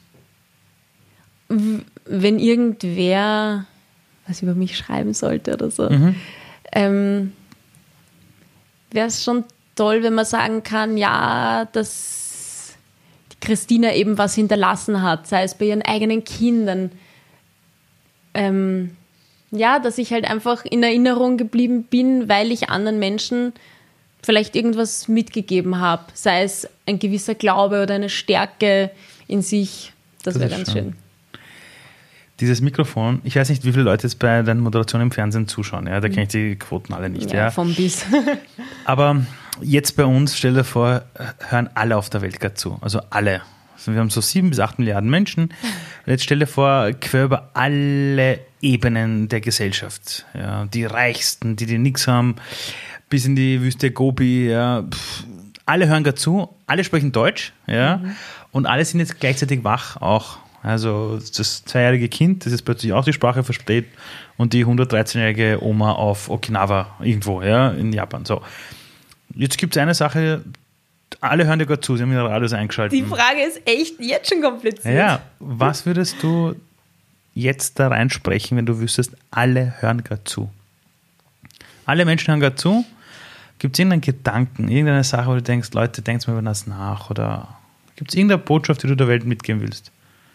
wenn irgendwer was über mich schreiben sollte oder so, mhm. ähm, wäre es schon toll, wenn man sagen kann, ja, dass die Christina eben was hinterlassen hat, sei es bei ihren eigenen Kindern. Ähm, ja, dass ich halt einfach in Erinnerung geblieben bin, weil ich anderen Menschen vielleicht irgendwas mitgegeben habe, sei es ein gewisser Glaube oder eine Stärke in sich. Das, das wäre ganz schön. schön. Dieses Mikrofon, ich weiß nicht, wie viele Leute jetzt bei deiner Moderation im Fernsehen zuschauen. Ja, da kenne ich die Quoten alle nicht. Ja, ja. vom Bis. Aber jetzt bei uns, stell dir vor, hören alle auf der Welt gerade zu. Also alle. Also wir haben so sieben bis acht Milliarden Menschen. Und jetzt stell dir vor, quer über alle Ebenen der Gesellschaft. Ja, die Reichsten, die die nichts haben, bis in die Wüste Gobi, ja, pff, alle hören gerade zu, alle sprechen Deutsch, ja, mhm. und alle sind jetzt gleichzeitig wach auch. Also das zweijährige Kind, das jetzt plötzlich auch die Sprache versteht und die hundertdreizehn-jährige Oma auf Okinawa irgendwo, ja, in Japan. So. Jetzt gibt es eine Sache, alle hören dir gerade zu, sie haben ihre Radios eingeschaltet. Die Frage ist echt jetzt schon kompliziert. Ja, was würdest du jetzt da reinsprechen, wenn du wüsstest, alle hören gerade zu? Alle Menschen hören gerade zu. Gibt es irgendeinen Gedanken, irgendeine Sache, wo du denkst, Leute, denkt mal über das nach? Oder gibt es irgendeine Botschaft, die du der Welt mitgeben willst?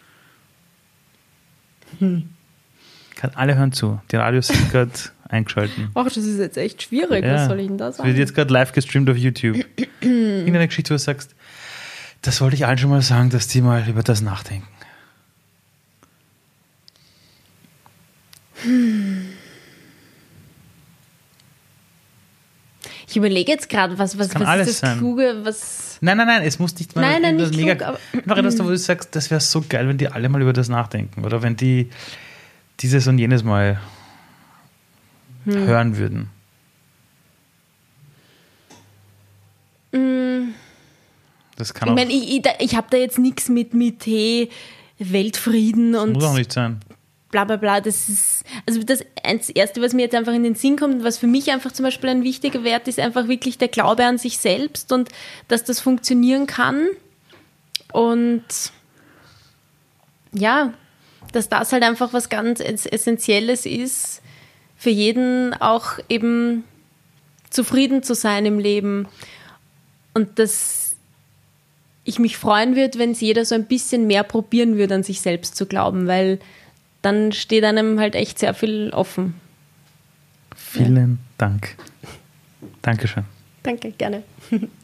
Hm. Alle hören zu. Die Radios sind gerade eingeschalten. Ach, das ist jetzt echt schwierig. Ja. Was soll ich denn da sagen? Es wird jetzt gerade live gestreamt auf YouTube. Irgendeine Geschichte, wo du sagst, das wollte ich allen schon mal sagen, dass die mal über das nachdenken. Hm. Ich überlege jetzt gerade, was, was, was ist das Kluge, was... Nein, nein, nein, es muss nicht mal nein, nein, nicht mega... klug, aber noch etwas, wo du sagst, das wäre so geil, wenn die alle mal über das nachdenken. Oder wenn die dieses und jenes mal hm. hören würden. Das kann ich auch... meine, ich, ich, ich habe da jetzt nichts mit, mit hey, Weltfrieden das und... muss auch nicht sein. Bla bla bla, das ist, also das Erste, was mir jetzt einfach in den Sinn kommt, was für mich einfach zum Beispiel ein wichtiger Wert ist, einfach wirklich der Glaube an sich selbst und dass das funktionieren kann und ja, dass das halt einfach was ganz Essentielles ist, für jeden auch eben zufrieden zu sein im Leben und dass ich mich freuen würde, wenn es jeder so ein bisschen mehr probieren würde, an sich selbst zu glauben, weil dann steht einem halt echt sehr viel offen. Vielen ja. Dank. Dankeschön. Danke, gerne.